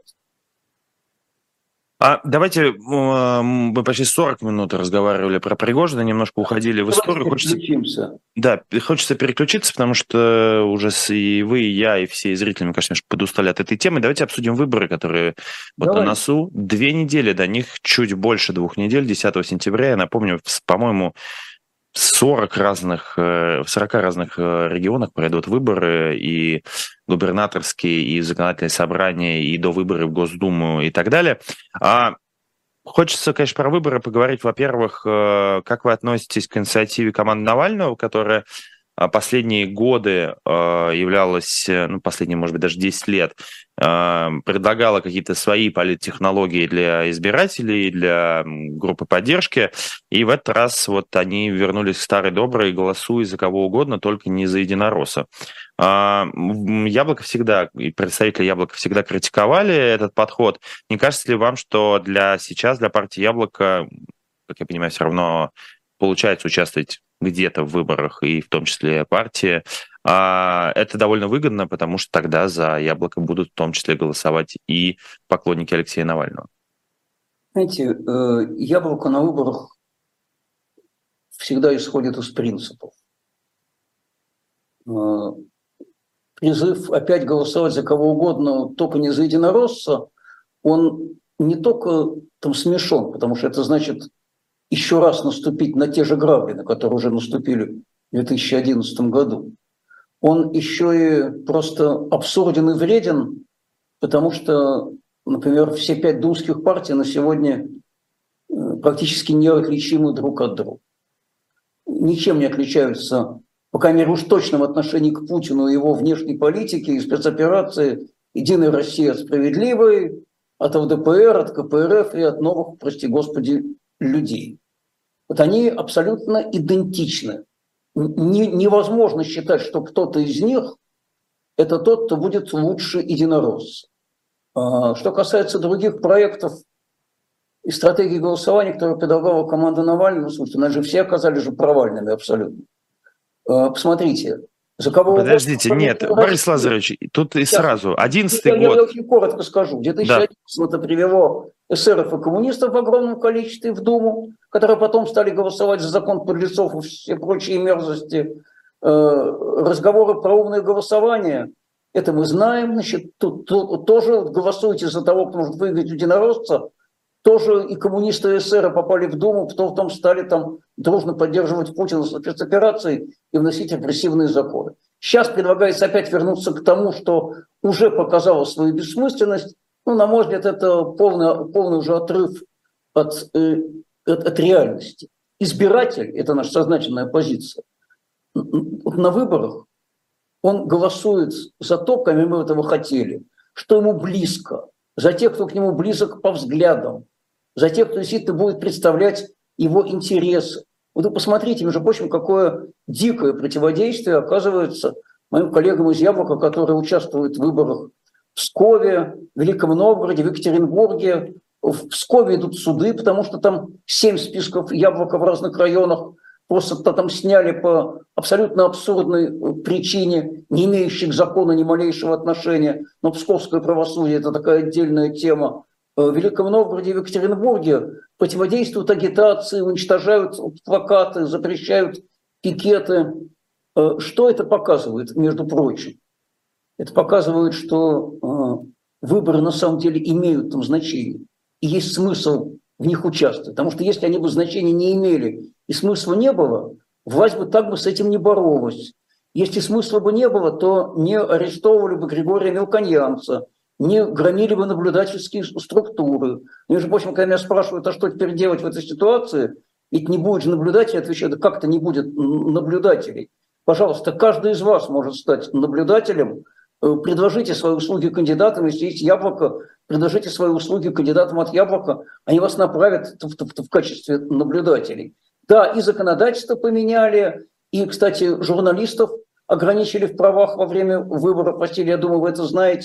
А давайте, мы почти сорок минут разговаривали про Пригожина, немножко уходили в историю. Хочется, да, хочется переключиться, потому что уже и вы, и я, и все зрители, конечно, подустали от этой темы. Давайте обсудим выборы, которые вот Давай. на носу. Две недели до них, чуть больше двух недель, десятого сентября, я напомню, по-моему, в сорок разных, в сорока разных регионах пройдут выборы, и губернаторские, и законодательные собрания, и до выборов в Госдуму и так далее. А хочется, конечно, про выборы поговорить. Во-первых, как вы относитесь к инициативе команды Навального, которая последние годы являлась, ну, последние, может быть, даже десять лет, предлагала какие-то свои политтехнологии для избирателей, для группы поддержки, и в этот раз вот они вернулись к старой доброй, голосуя за кого угодно, только не за единоросса. Яблоко всегда, и представители Яблока всегда критиковали этот подход. Не кажется ли вам, что для сейчас, для партии Яблоко, как я понимаю, все равно получается участвовать где-то в выборах, и в том числе партии, это довольно выгодно, потому что тогда за Яблоко будут в том числе голосовать и поклонники Алексея Навального? Знаете, Яблоко на выборах всегда исходит из принципов. Призыв опять голосовать за кого угодно, только не за единоросса, он не только там смешон, потому что это значит еще раз наступить на те же грабли, на которые уже наступили в две тысячи одиннадцатом году. Он еще и просто абсурден и вреден, потому что, например, все пять думских партий на сегодня практически неотличимы друг от друга. Ничем не отличаются, по крайней мере, уж точно в отношении к Путину и его внешней политике и спецоперации «Единая Россия» от «Справедливой», от ЛДПР, от ка пэ эр эф и от новых, прости господи, людей. Вот они абсолютно идентичны. Не, невозможно считать, что кто-то из них – это тот, кто будет лучше единоросса. А, что касается других проектов и стратегии голосования, которые предлагала команда Навального, слушайте, нас же все оказались же провальными абсолютно. А, посмотрите. За кого Подождите, угодно, нет, Борис Лазаревич, тут и Сейчас, сразу, одиннадцатый год. Я, я очень коротко скажу. В две тысячи одиннадцатом да. это привело эсеров и коммунистов в огромном количестве в Думу, которые потом стали голосовать за закон подлецов и все прочие мерзости. Разговоры про умное голосование, это мы знаем. Значит, тут, тут тоже голосуйте за того, кто может выиграть единоросса. Тоже и коммунисты, и эсеры попали в Думу, потом стали там дружно поддерживать Путина с спецоперацией и вносить репрессивные законы. Сейчас предлагается опять вернуться к тому, что уже показало свою бессмысленность. Ну, на мой взгляд, это полный, полный уже отрыв от, э, от, от реальности. Избиратель, это наша сознательная позиция, на выборах он голосует за то, кому мы этого хотели, что ему близко, за тех, кто к нему близок по взглядам, за тех, кто действительно будет представлять его интересы. Вот вы посмотрите, между прочим, какое дикое противодействие оказывается моим коллегам из Яблока, которые участвуют в выборах в Пскове, в Великом Новгороде, в Екатеринбурге. В Пскове идут суды, потому что там семь списков Яблока в разных районах просто там сняли по абсолютно абсурдной причине, не имеющей к закону ни малейшего отношения. Но псковское правосудие – это такая отдельная тема. В Великом Новгороде и в Екатеринбурге противодействуют агитации, уничтожают плакаты, запрещают пикеты. Что это показывает, между прочим? Это показывает, что выборы на самом деле имеют там значение. И есть смысл в них участвовать. Потому что если они бы значения не имели и смысла не было, власть бы так бы с этим не боролась. Если смысла бы не было, то не арестовывали бы Григория Мелконьянца, не громили бы наблюдательские структуры. Между прочим, когда меня спрашивают, а что теперь делать в этой ситуации, ведь не будет же наблюдателей, отвечаю, да как-то не будет наблюдателей. Пожалуйста, каждый из вас может стать наблюдателем. Предложите свои услуги кандидатам, если есть Яблоко, предложите свои услуги кандидатам от Яблока, они вас направят в, в, в качестве наблюдателей. Да, и законодательство поменяли, и, кстати, журналистов ограничили в правах во время выборов. Василий, я думаю, вы это знаете.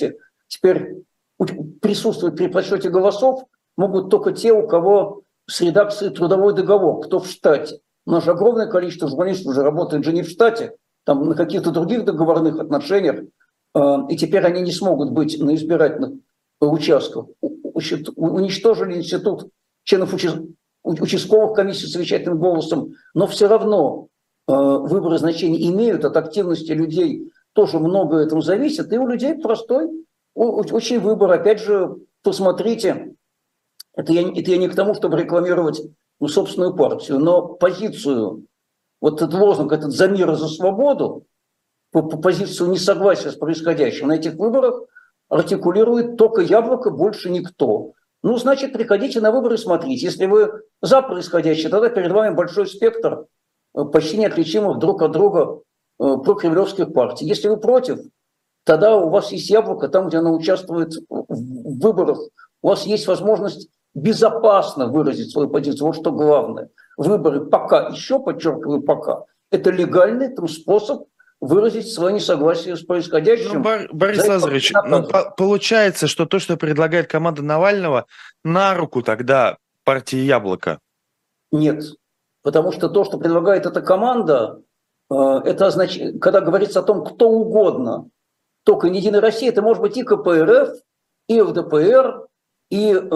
теперь присутствовать при подсчете голосов могут только те, у кого с редакцией трудовой договор, кто в штате. У нас же огромное количество журналистов уже работает же не в штате, там на каких-то других договорных отношениях, и теперь они не смогут быть на избирательных участках. Уничтожили институт членов участковых комиссий с совещательным голосом, но все равно выборы значения имеют, от активности людей тоже много этого зависит, и у людей простой очень выбор. Опять же, посмотрите, это я, это я не к тому, чтобы рекламировать ну, собственную партию, но позицию, вот этот лозунг, этот «За мир и за свободу», по, по позицию несогласия с происходящим на этих выборах артикулирует только Яблоко, больше никто. Ну, значит, приходите на выборы и смотрите. Если вы за происходящее, тогда перед вами большой спектр почти неотличимых друг от друга прокремлевских партий. Если вы против, тогда у вас есть Яблоко, там, где оно участвует в выборах, у вас есть возможность безопасно выразить свою позицию. Вот что главное. Выборы пока, еще подчеркиваю, пока, это легальный там, способ выразить свое несогласие с происходящим. Ну, Бор- Борис Лазаревич, ну, по- получается, что то, что предлагает команда Навального, на руку тогда партии Яблоко. Нет, потому что то, что предлагает эта команда, это означает, когда говорится о том, кто угодно, только не Единая Россия, это может быть и ка пэ эр эф, и эл дэ пэ эр, и э,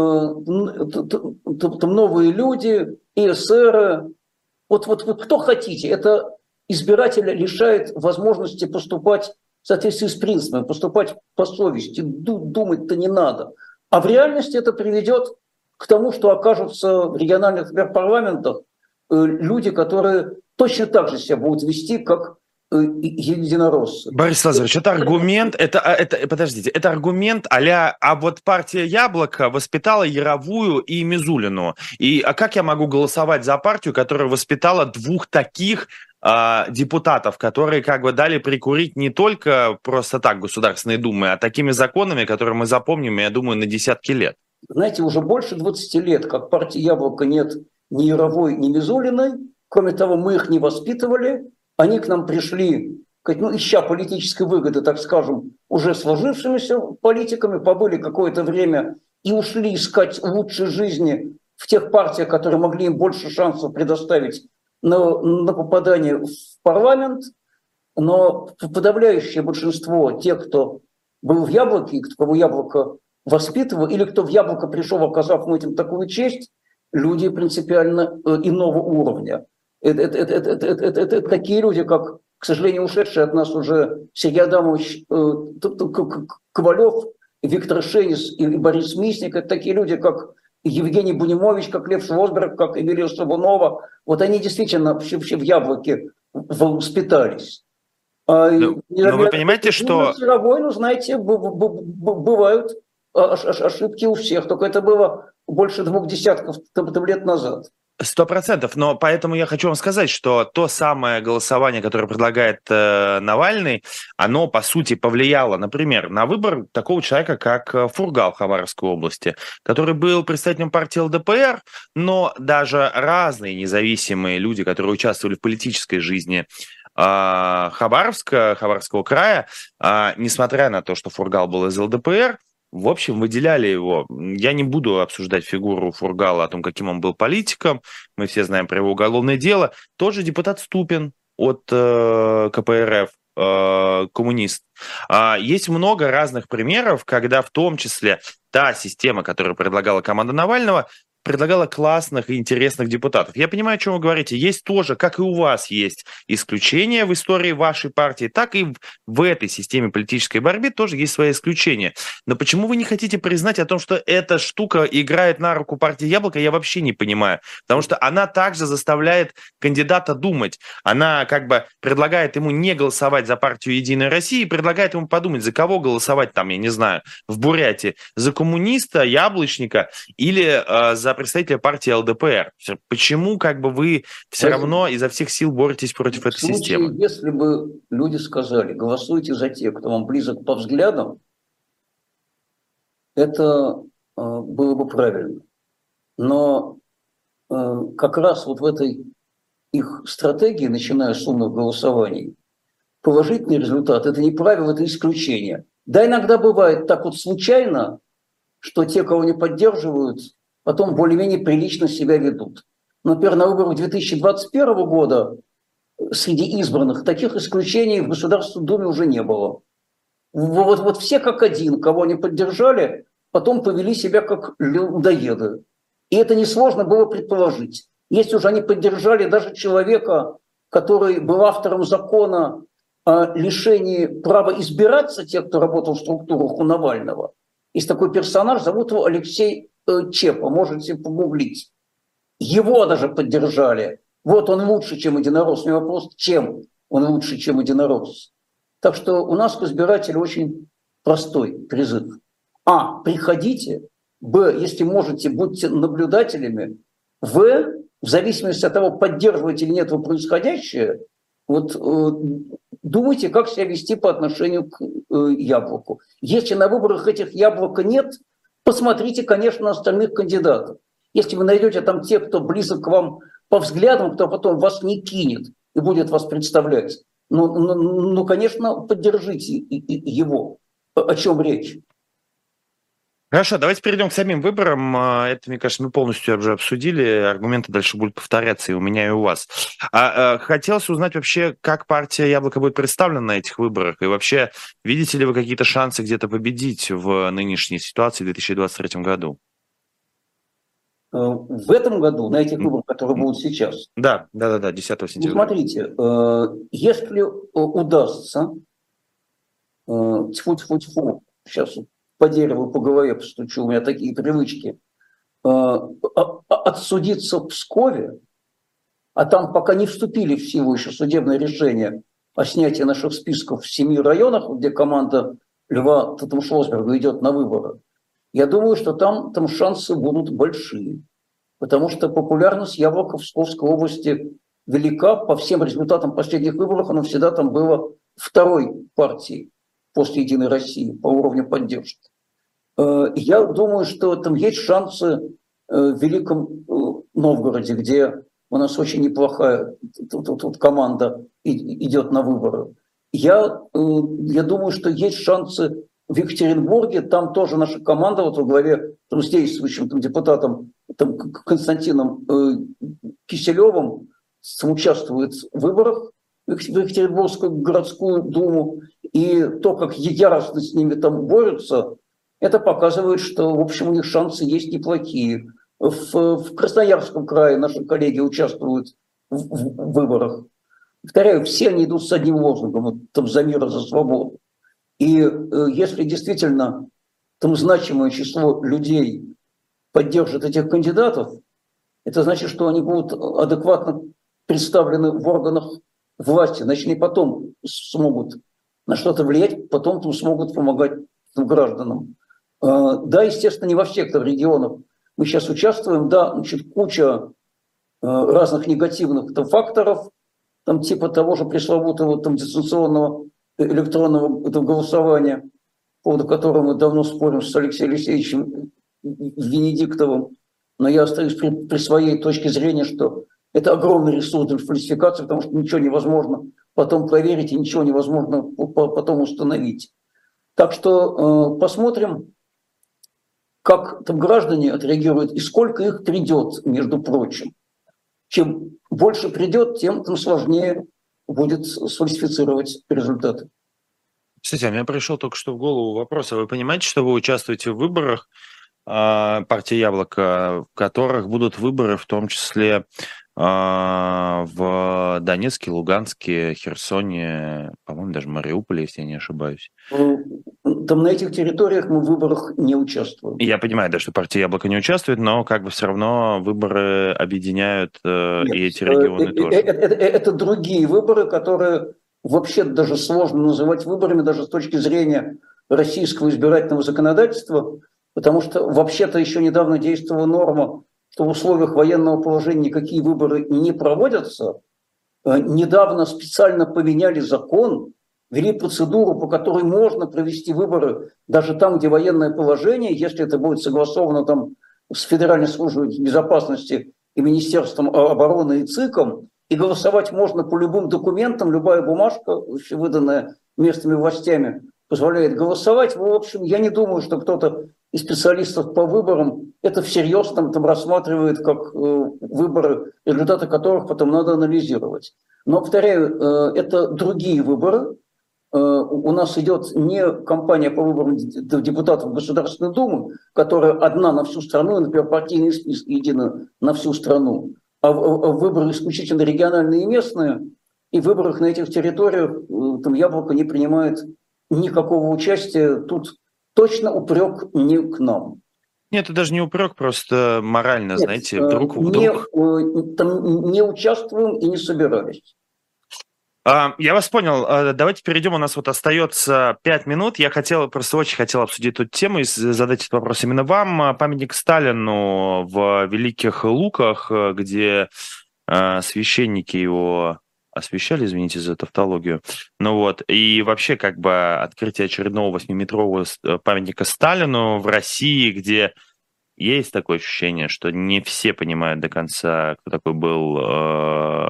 новые люди, и эсеры. Вот, вот, вот кто хотите, это избирателя лишает возможности поступать в соответствии с принципами, поступать по совести, думать-то не надо. А в реальности это приведет к тому, что окажутся в региональных парламентах люди, которые точно так же себя будут вести, как единороссы. Борис Лазаревич, это аргумент, это, это, подождите, это аргумент а-ля, а вот партия Яблоко воспитала Яровую и Мизулину. И а как я могу голосовать за партию, которая воспитала двух таких а, депутатов, которые как бы дали прикурить не только просто так Государственной Думы, а такими законами, которые мы запомним, я думаю, на десятки лет? Знаете, уже больше двадцати лет, как партии Яблоко нет ни Яровой, ни Мизулиной. Кроме того, мы их не воспитывали. Они к нам пришли, ну, ища политической выгоды, так скажем, уже сложившимися политиками, побыли какое-то время и ушли искать лучшей жизни в тех партиях, которые могли им больше шансов предоставить на, на попадание в парламент. Но подавляющее большинство тех, кто был в Яблоке, кого Яблоко воспитывал, или кто в Яблоко пришел, оказав этим такую честь, люди принципиально иного уровня. Это, это, это, это, это, это, это такие люди, как, к сожалению, ушедший от нас уже Сергей Адамович э, Ковалев, Виктор Шенис и Борис Мисник. Это такие люди, как Евгений Бунимович, как Лев Швосберг, как Эмилия Собунова. Вот они действительно вообще, вообще в Яблоке воспитались. Ну, но вы понимаете, что... Ну, знаете, бывают ошибки у всех, только это было больше двух десятков лет назад. Сто процентов, но поэтому я хочу вам сказать, что то самое голосование, которое предлагает э, Навальный, оно, по сути, повлияло, например, на выбор такого человека, как Фургал в Хабаровской области, который был представителем партии эл дэ пэ эр, но даже разные независимые люди, которые участвовали в политической жизни э, Хабаровска, Хабаровского края, э, несмотря на то, что Фургал был из эл дэ пэ эр, в общем, выделяли его. Я не буду обсуждать фигуру Фургала, о том, каким он был политиком. Мы все знаем про его уголовное дело. Тот же депутат Ступин от э, ка пэ эр эф, э, коммунист. А, есть много разных примеров, когда в том числе та система, которую предлагала команда Навального, предлагала классных и интересных депутатов. Я понимаю, о чем вы говорите. Есть тоже, как и у вас есть исключения в истории вашей партии, так и в, в этой системе политической борьбы тоже есть свои исключения. Но почему вы не хотите признать о том, что эта штука играет на руку партии Яблоко, я вообще не понимаю. Потому что она также заставляет кандидата думать. Она как бы предлагает ему не голосовать за партию Единая Россия и предлагает ему подумать, за кого голосовать там, я не знаю, в Бурятии. За коммуниста, яблочника или э, за представителя партии эл дэ пэ эр. Почему как бы вы все Если, равно изо всех сил боретесь против этой случае, системы? Если бы люди сказали, голосуйте за тех, кто вам близок по взглядам, это э, было бы правильно. Но э, как раз вот в этой их стратегии, начиная с умных голосований, положительный результат – это не правило, это исключение. Да, иногда бывает так вот случайно, что те, кого не поддерживают, потом более-менее прилично себя ведут. Например, на выборах две тысячи двадцать первого года среди избранных таких исключений в Государственной Думе уже не было. Вот, вот все как один, кого они поддержали, потом повели себя как людоеды. И это несложно было предположить. Если уже они поддержали даже человека, который был автором закона о лишении права избираться тех, кто работал в структурах у Навального. Есть такой персонаж, зовут его Алексей Чепа, можете погуглить. Его даже поддержали. Вот он лучше, чем единорос. У меня вопрос, чем он лучше, чем единорос. Так что у нас к избирателю очень простой призыв. А, приходите. Б, если можете, будьте наблюдателями. В, в зависимости от того, поддерживаете или нет вы происходящее, вот э, думайте, как себя вести по отношению к э, яблоку. Если на выборах этих яблока нет, посмотрите, конечно, на остальных кандидатов. Если вы найдете там тех, кто близок к вам по взглядам, кто потом вас не кинет и будет вас представлять, ну, ну, ну конечно, поддержите его. О чем речь? Хорошо, давайте перейдем к самим выборам. Это, мне кажется, мы полностью уже обсудили. Аргументы дальше будут повторяться и у меня, и у вас. А, а, хотелось узнать вообще, как партия «Яблоко» будет представлена на этих выборах. И вообще, видите ли вы какие-то шансы где-то победить в нынешней ситуации в две тысячи двадцать третьем году? В этом году, на этих выборах, которые будут сейчас? Да, да, да, да, десятого сентября. Ну, смотрите, если удастся, тьфу-тьфу-тьфу, сейчас по дереву, по голове постучу, у меня такие привычки, отсудиться в Пскове, а там пока не вступили в силу еще судебное решение о снятии наших списков в семи районах, где команда Льва Тотемшлосберга идет на выборы, я думаю, что там, там шансы будут большие, потому что популярность Яблока в Псковской области велика. По всем результатам последних выборов она всегда там была второй партией после «Единой России» по уровню поддержки. Я думаю, что там есть шансы в Великом Новгороде, где у нас очень неплохая тут, тут команда идет на выборы. Я, я думаю, что есть шансы в Екатеринбурге, там тоже наша команда вот во главе там, с действующим там, депутатом там, Константином э, Киселевым участвует в выборах в Екатеринбургскую городскую думу, и то, как яростно с ними там борются, это показывает, что, в общем, у них шансы есть неплохие. В, в Красноярском крае наши коллеги участвуют в, в выборах. Повторяю, все они идут с одним лозунгом, вот, там, за мир, за свободу. И э, если действительно там значимое число людей поддержит этих кандидатов, это значит, что они будут адекватно представлены в органах власти, значит, они потом смогут на что-то влиять, потом там смогут помогать там, гражданам. Э, да, естественно, не во всех там, регионах мы сейчас участвуем, да, значит, куча э, разных негативных там, факторов, там, типа того же пресловутого там, дистанционного электронного этого голосования, по поводу которого мы давно спорим с Алексеем Алексеевичем Венедиктовым, но я остаюсь при, при своей точке зрения, что это огромный ресурс для фальсификации, потому что ничего невозможно потом проверить и ничего невозможно потом установить. Так что э, посмотрим, как там граждане отреагируют и сколько их придет, между прочим. Чем больше придет, тем, тем сложнее будет сфальсифицировать результаты. Кстати, а мне пришел только что в голову вопрос. А вы понимаете, что вы участвуете в выборах э, партии «Яблоко», в которых будут выборы, в том числе э, в Донецке, Луганске, Херсоне, по-моему, даже Мариуполе, если я не ошибаюсь? Там на этих территориях мы в выборах не участвуем. Я понимаю, да, что партия «Яблоко» не участвует, но как бы все равно выборы объединяют э, Нет, и эти регионы э, тоже. Это, это, это другие выборы, которые вообще даже сложно называть выборами, даже с точки зрения российского избирательного законодательства, потому что вообще-то еще недавно действовала норма, что в условиях военного положения никакие выборы не проводятся. Недавно специально поменяли закон, ввели процедуру, по которой можно провести выборы даже там, где военное положение, если это будет согласовано там с Федеральной службой безопасности и Министерством обороны и ЦИКом, и голосовать можно по любым документам, любая бумажка, выданная местными властями, позволяет голосовать. В общем, я не думаю, что кто-то из специалистов по выборам это всерьез там, там рассматривает как э, выборы, результаты которых потом надо анализировать. Но, повторяю, э, это другие выборы. Э, у нас идет не кампания по выборам депутатов Государственной Думы, которая одна на всю страну, например, партийный список едино на всю страну, а выборы исключительно региональные и местные, и в выборах на этих территориях э, там Яблоко не принимает никакого участия. Тут точно упрек не к нам. Нет, это даже не упрек, просто морально, Нет, знаете, вдруг... не, вдруг... там не участвуем и не собирались. Я вас понял. Давайте перейдем. У нас вот остается пять минут. Я хотел, просто очень хотел обсудить эту тему и задать этот вопрос именно вам. Памятник Сталину в Великих Луках, где священники его освещали, извините за тавтологию. Ну вот, и вообще как бы открытие очередного восьмиметрового памятника Сталину в России, где есть такое ощущение, что не все понимают до конца, кто такой был э,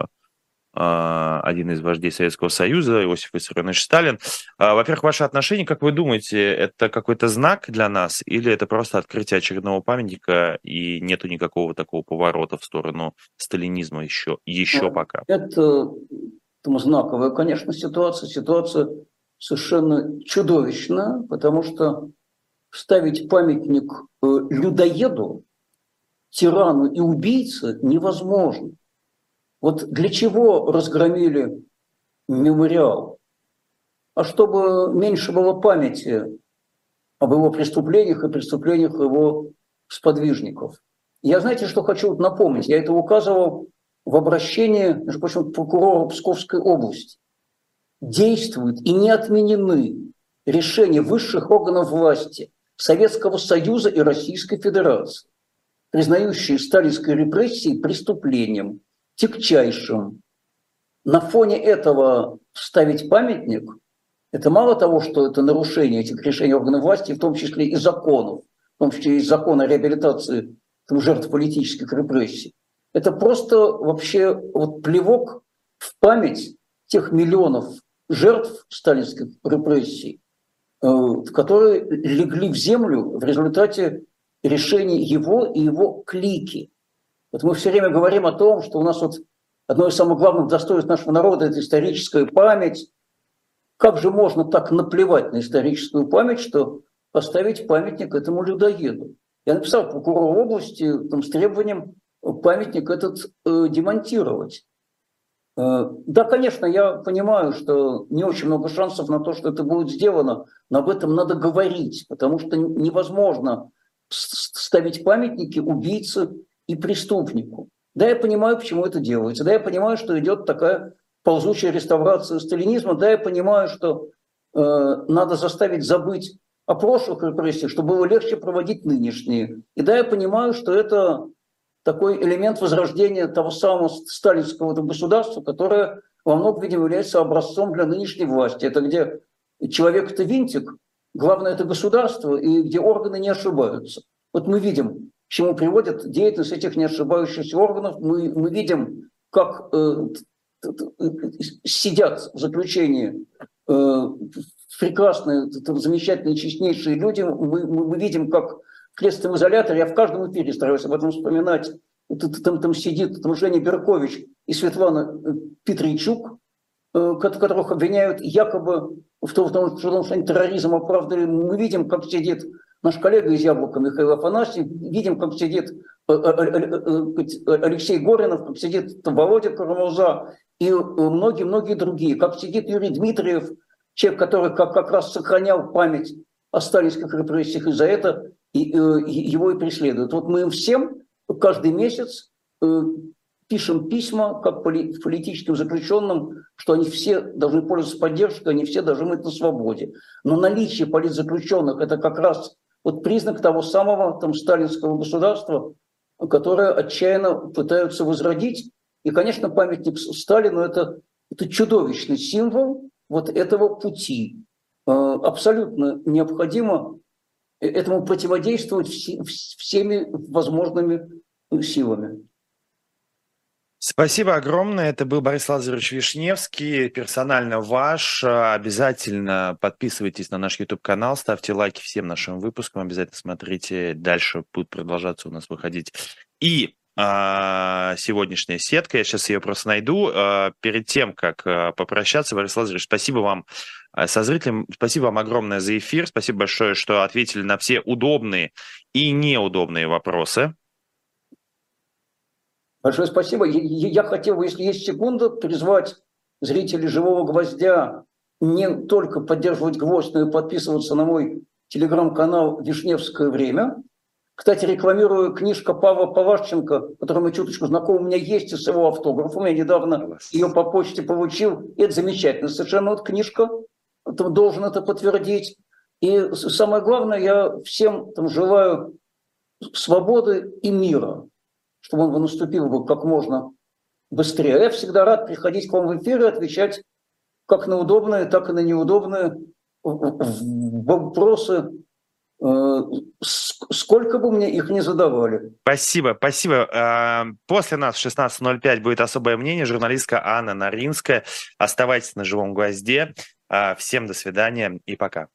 э, один из вождей Советского Союза, Иосиф Виссарионович Сталин. Э, во-первых, ваше отношение, как вы думаете, это какой-то знак для нас, или это просто открытие очередного памятника и нету никакого такого поворота в сторону сталинизма еще, еще пока? Это там, знаковая, конечно, ситуация. Ситуация совершенно чудовищная, потому что ставить памятник э, людоеду, тирану и убийце невозможно. Вот для чего разгромили мемориал? А чтобы меньше было памяти об его преступлениях и преступлениях его сподвижников. Я, знаете, что хочу напомнить? Я это указывал в обращении, между прочим, прокурора Псковской области. Действуют и не отменены решения высших органов власти Советского Союза и Российской Федерации, признающие сталинские репрессии преступлением, тягчайшим. На фоне этого ставить памятник – это мало того, что это нарушение этих решений органов власти, в том числе и законов, в том числе и закон о реабилитации там, жертв политических репрессий. Это просто вообще вот плевок в память тех миллионов жертв сталинских репрессий, которые легли в землю в результате решений его и его клики. Вот мы все время говорим о том, что у нас вот одно из самых главных достоинств нашего народа – это историческая память. Как же можно так наплевать на историческую память, что поставить памятник этому людоеду? Я написал прокурору области там, с требованием памятник этот э, демонтировать. Э, да, конечно, я понимаю, что не очень много шансов на то, что это будет сделано, но об этом надо говорить, потому что невозможно ставить памятники убийце и преступнику. Да, я понимаю, почему это делается. Да, я понимаю, что идет такая ползучая реставрация сталинизма. Да, я понимаю, что э, надо заставить забыть о прошлых репрессиях, чтобы было легче проводить нынешние. И да, я понимаю, что это такой элемент возрождения того самого сталинского государства, которое во многом, видимо, является образцом для нынешней власти. Это где человек – это винтик, главное – это государство, и где органы не ошибаются. Вот мы видим, к чему приводит деятельность этих не ошибающихся органов. Мы, мы видим, как э, сидят в заключении э, прекрасные, там, замечательные, честнейшие люди. Мы, мы, мы видим, как в следственном изоляторе, я в каждом эфире стараюсь об этом вспоминать, там, там сидит там, Женя Беркович и Светлана Петричук, которых обвиняют якобы в том, что они терроризм оправдали. Мы видим, как сидит наш коллега из «Яблока» Михаил Афанасьев, видим, как сидит Алексей Горинов, как сидит Володя Карамурза и многие-многие другие, как сидит Юрий Дмитриев, человек, который как, как раз сохранял память о сталинских репрессиях, и за это и, и, его и преследуют. Вот мы им всем каждый месяц э, пишем письма, как поли, политическим заключенным, что они все должны пользоваться поддержкой, они все должны быть на свободе. Но наличие политзаключенных – это как раз вот признак того самого там, сталинского государства, которое отчаянно пытаются возродить. И, конечно, памятник Сталину – это, это чудовищный символ вот этого пути. Э, абсолютно необходимо этому противодействовать всеми возможными силами. Спасибо огромное. Это был Борис Лазаревич Вишневский, персонально ваш. Обязательно подписывайтесь на наш YouTube-канал, ставьте лайки всем нашим выпускам, обязательно смотрите. Дальше будут продолжаться у нас выходить и а, сегодняшняя сетка. Я сейчас ее просто найду. А, перед тем, как а, попрощаться, Борис Лазаревич, спасибо вам, а, со зрителям, спасибо вам огромное за эфир. Спасибо большое, что ответили на все удобные и неудобные вопросы. Большое спасибо. Я, я хотел бы, если есть секунда, призвать зрителей «Живого гвоздя» не только поддерживать «Гвоздь», но и подписываться на мой телеграм-канал «Вишневское время». Кстати, рекламирую книжка Павла Павашченко, которой мы чуточку знакомы. У меня есть и с его автографом. Я недавно ее по почте получил. И это замечательно. Совершенно вот книжка. Должен это подтвердить. И самое главное, я всем там желаю свободы и мира, чтобы он наступил бы как можно быстрее. Я всегда рад приходить к вам в эфир и отвечать как на удобные, так и на неудобные вопросы, сколько бы мне их ни задавали. Спасибо, спасибо. После нас в шестнадцать ноль пять будет особое мнение, журналистка Анна Наринская. Оставайтесь на «Живом гвозде». Всем до свидания и пока.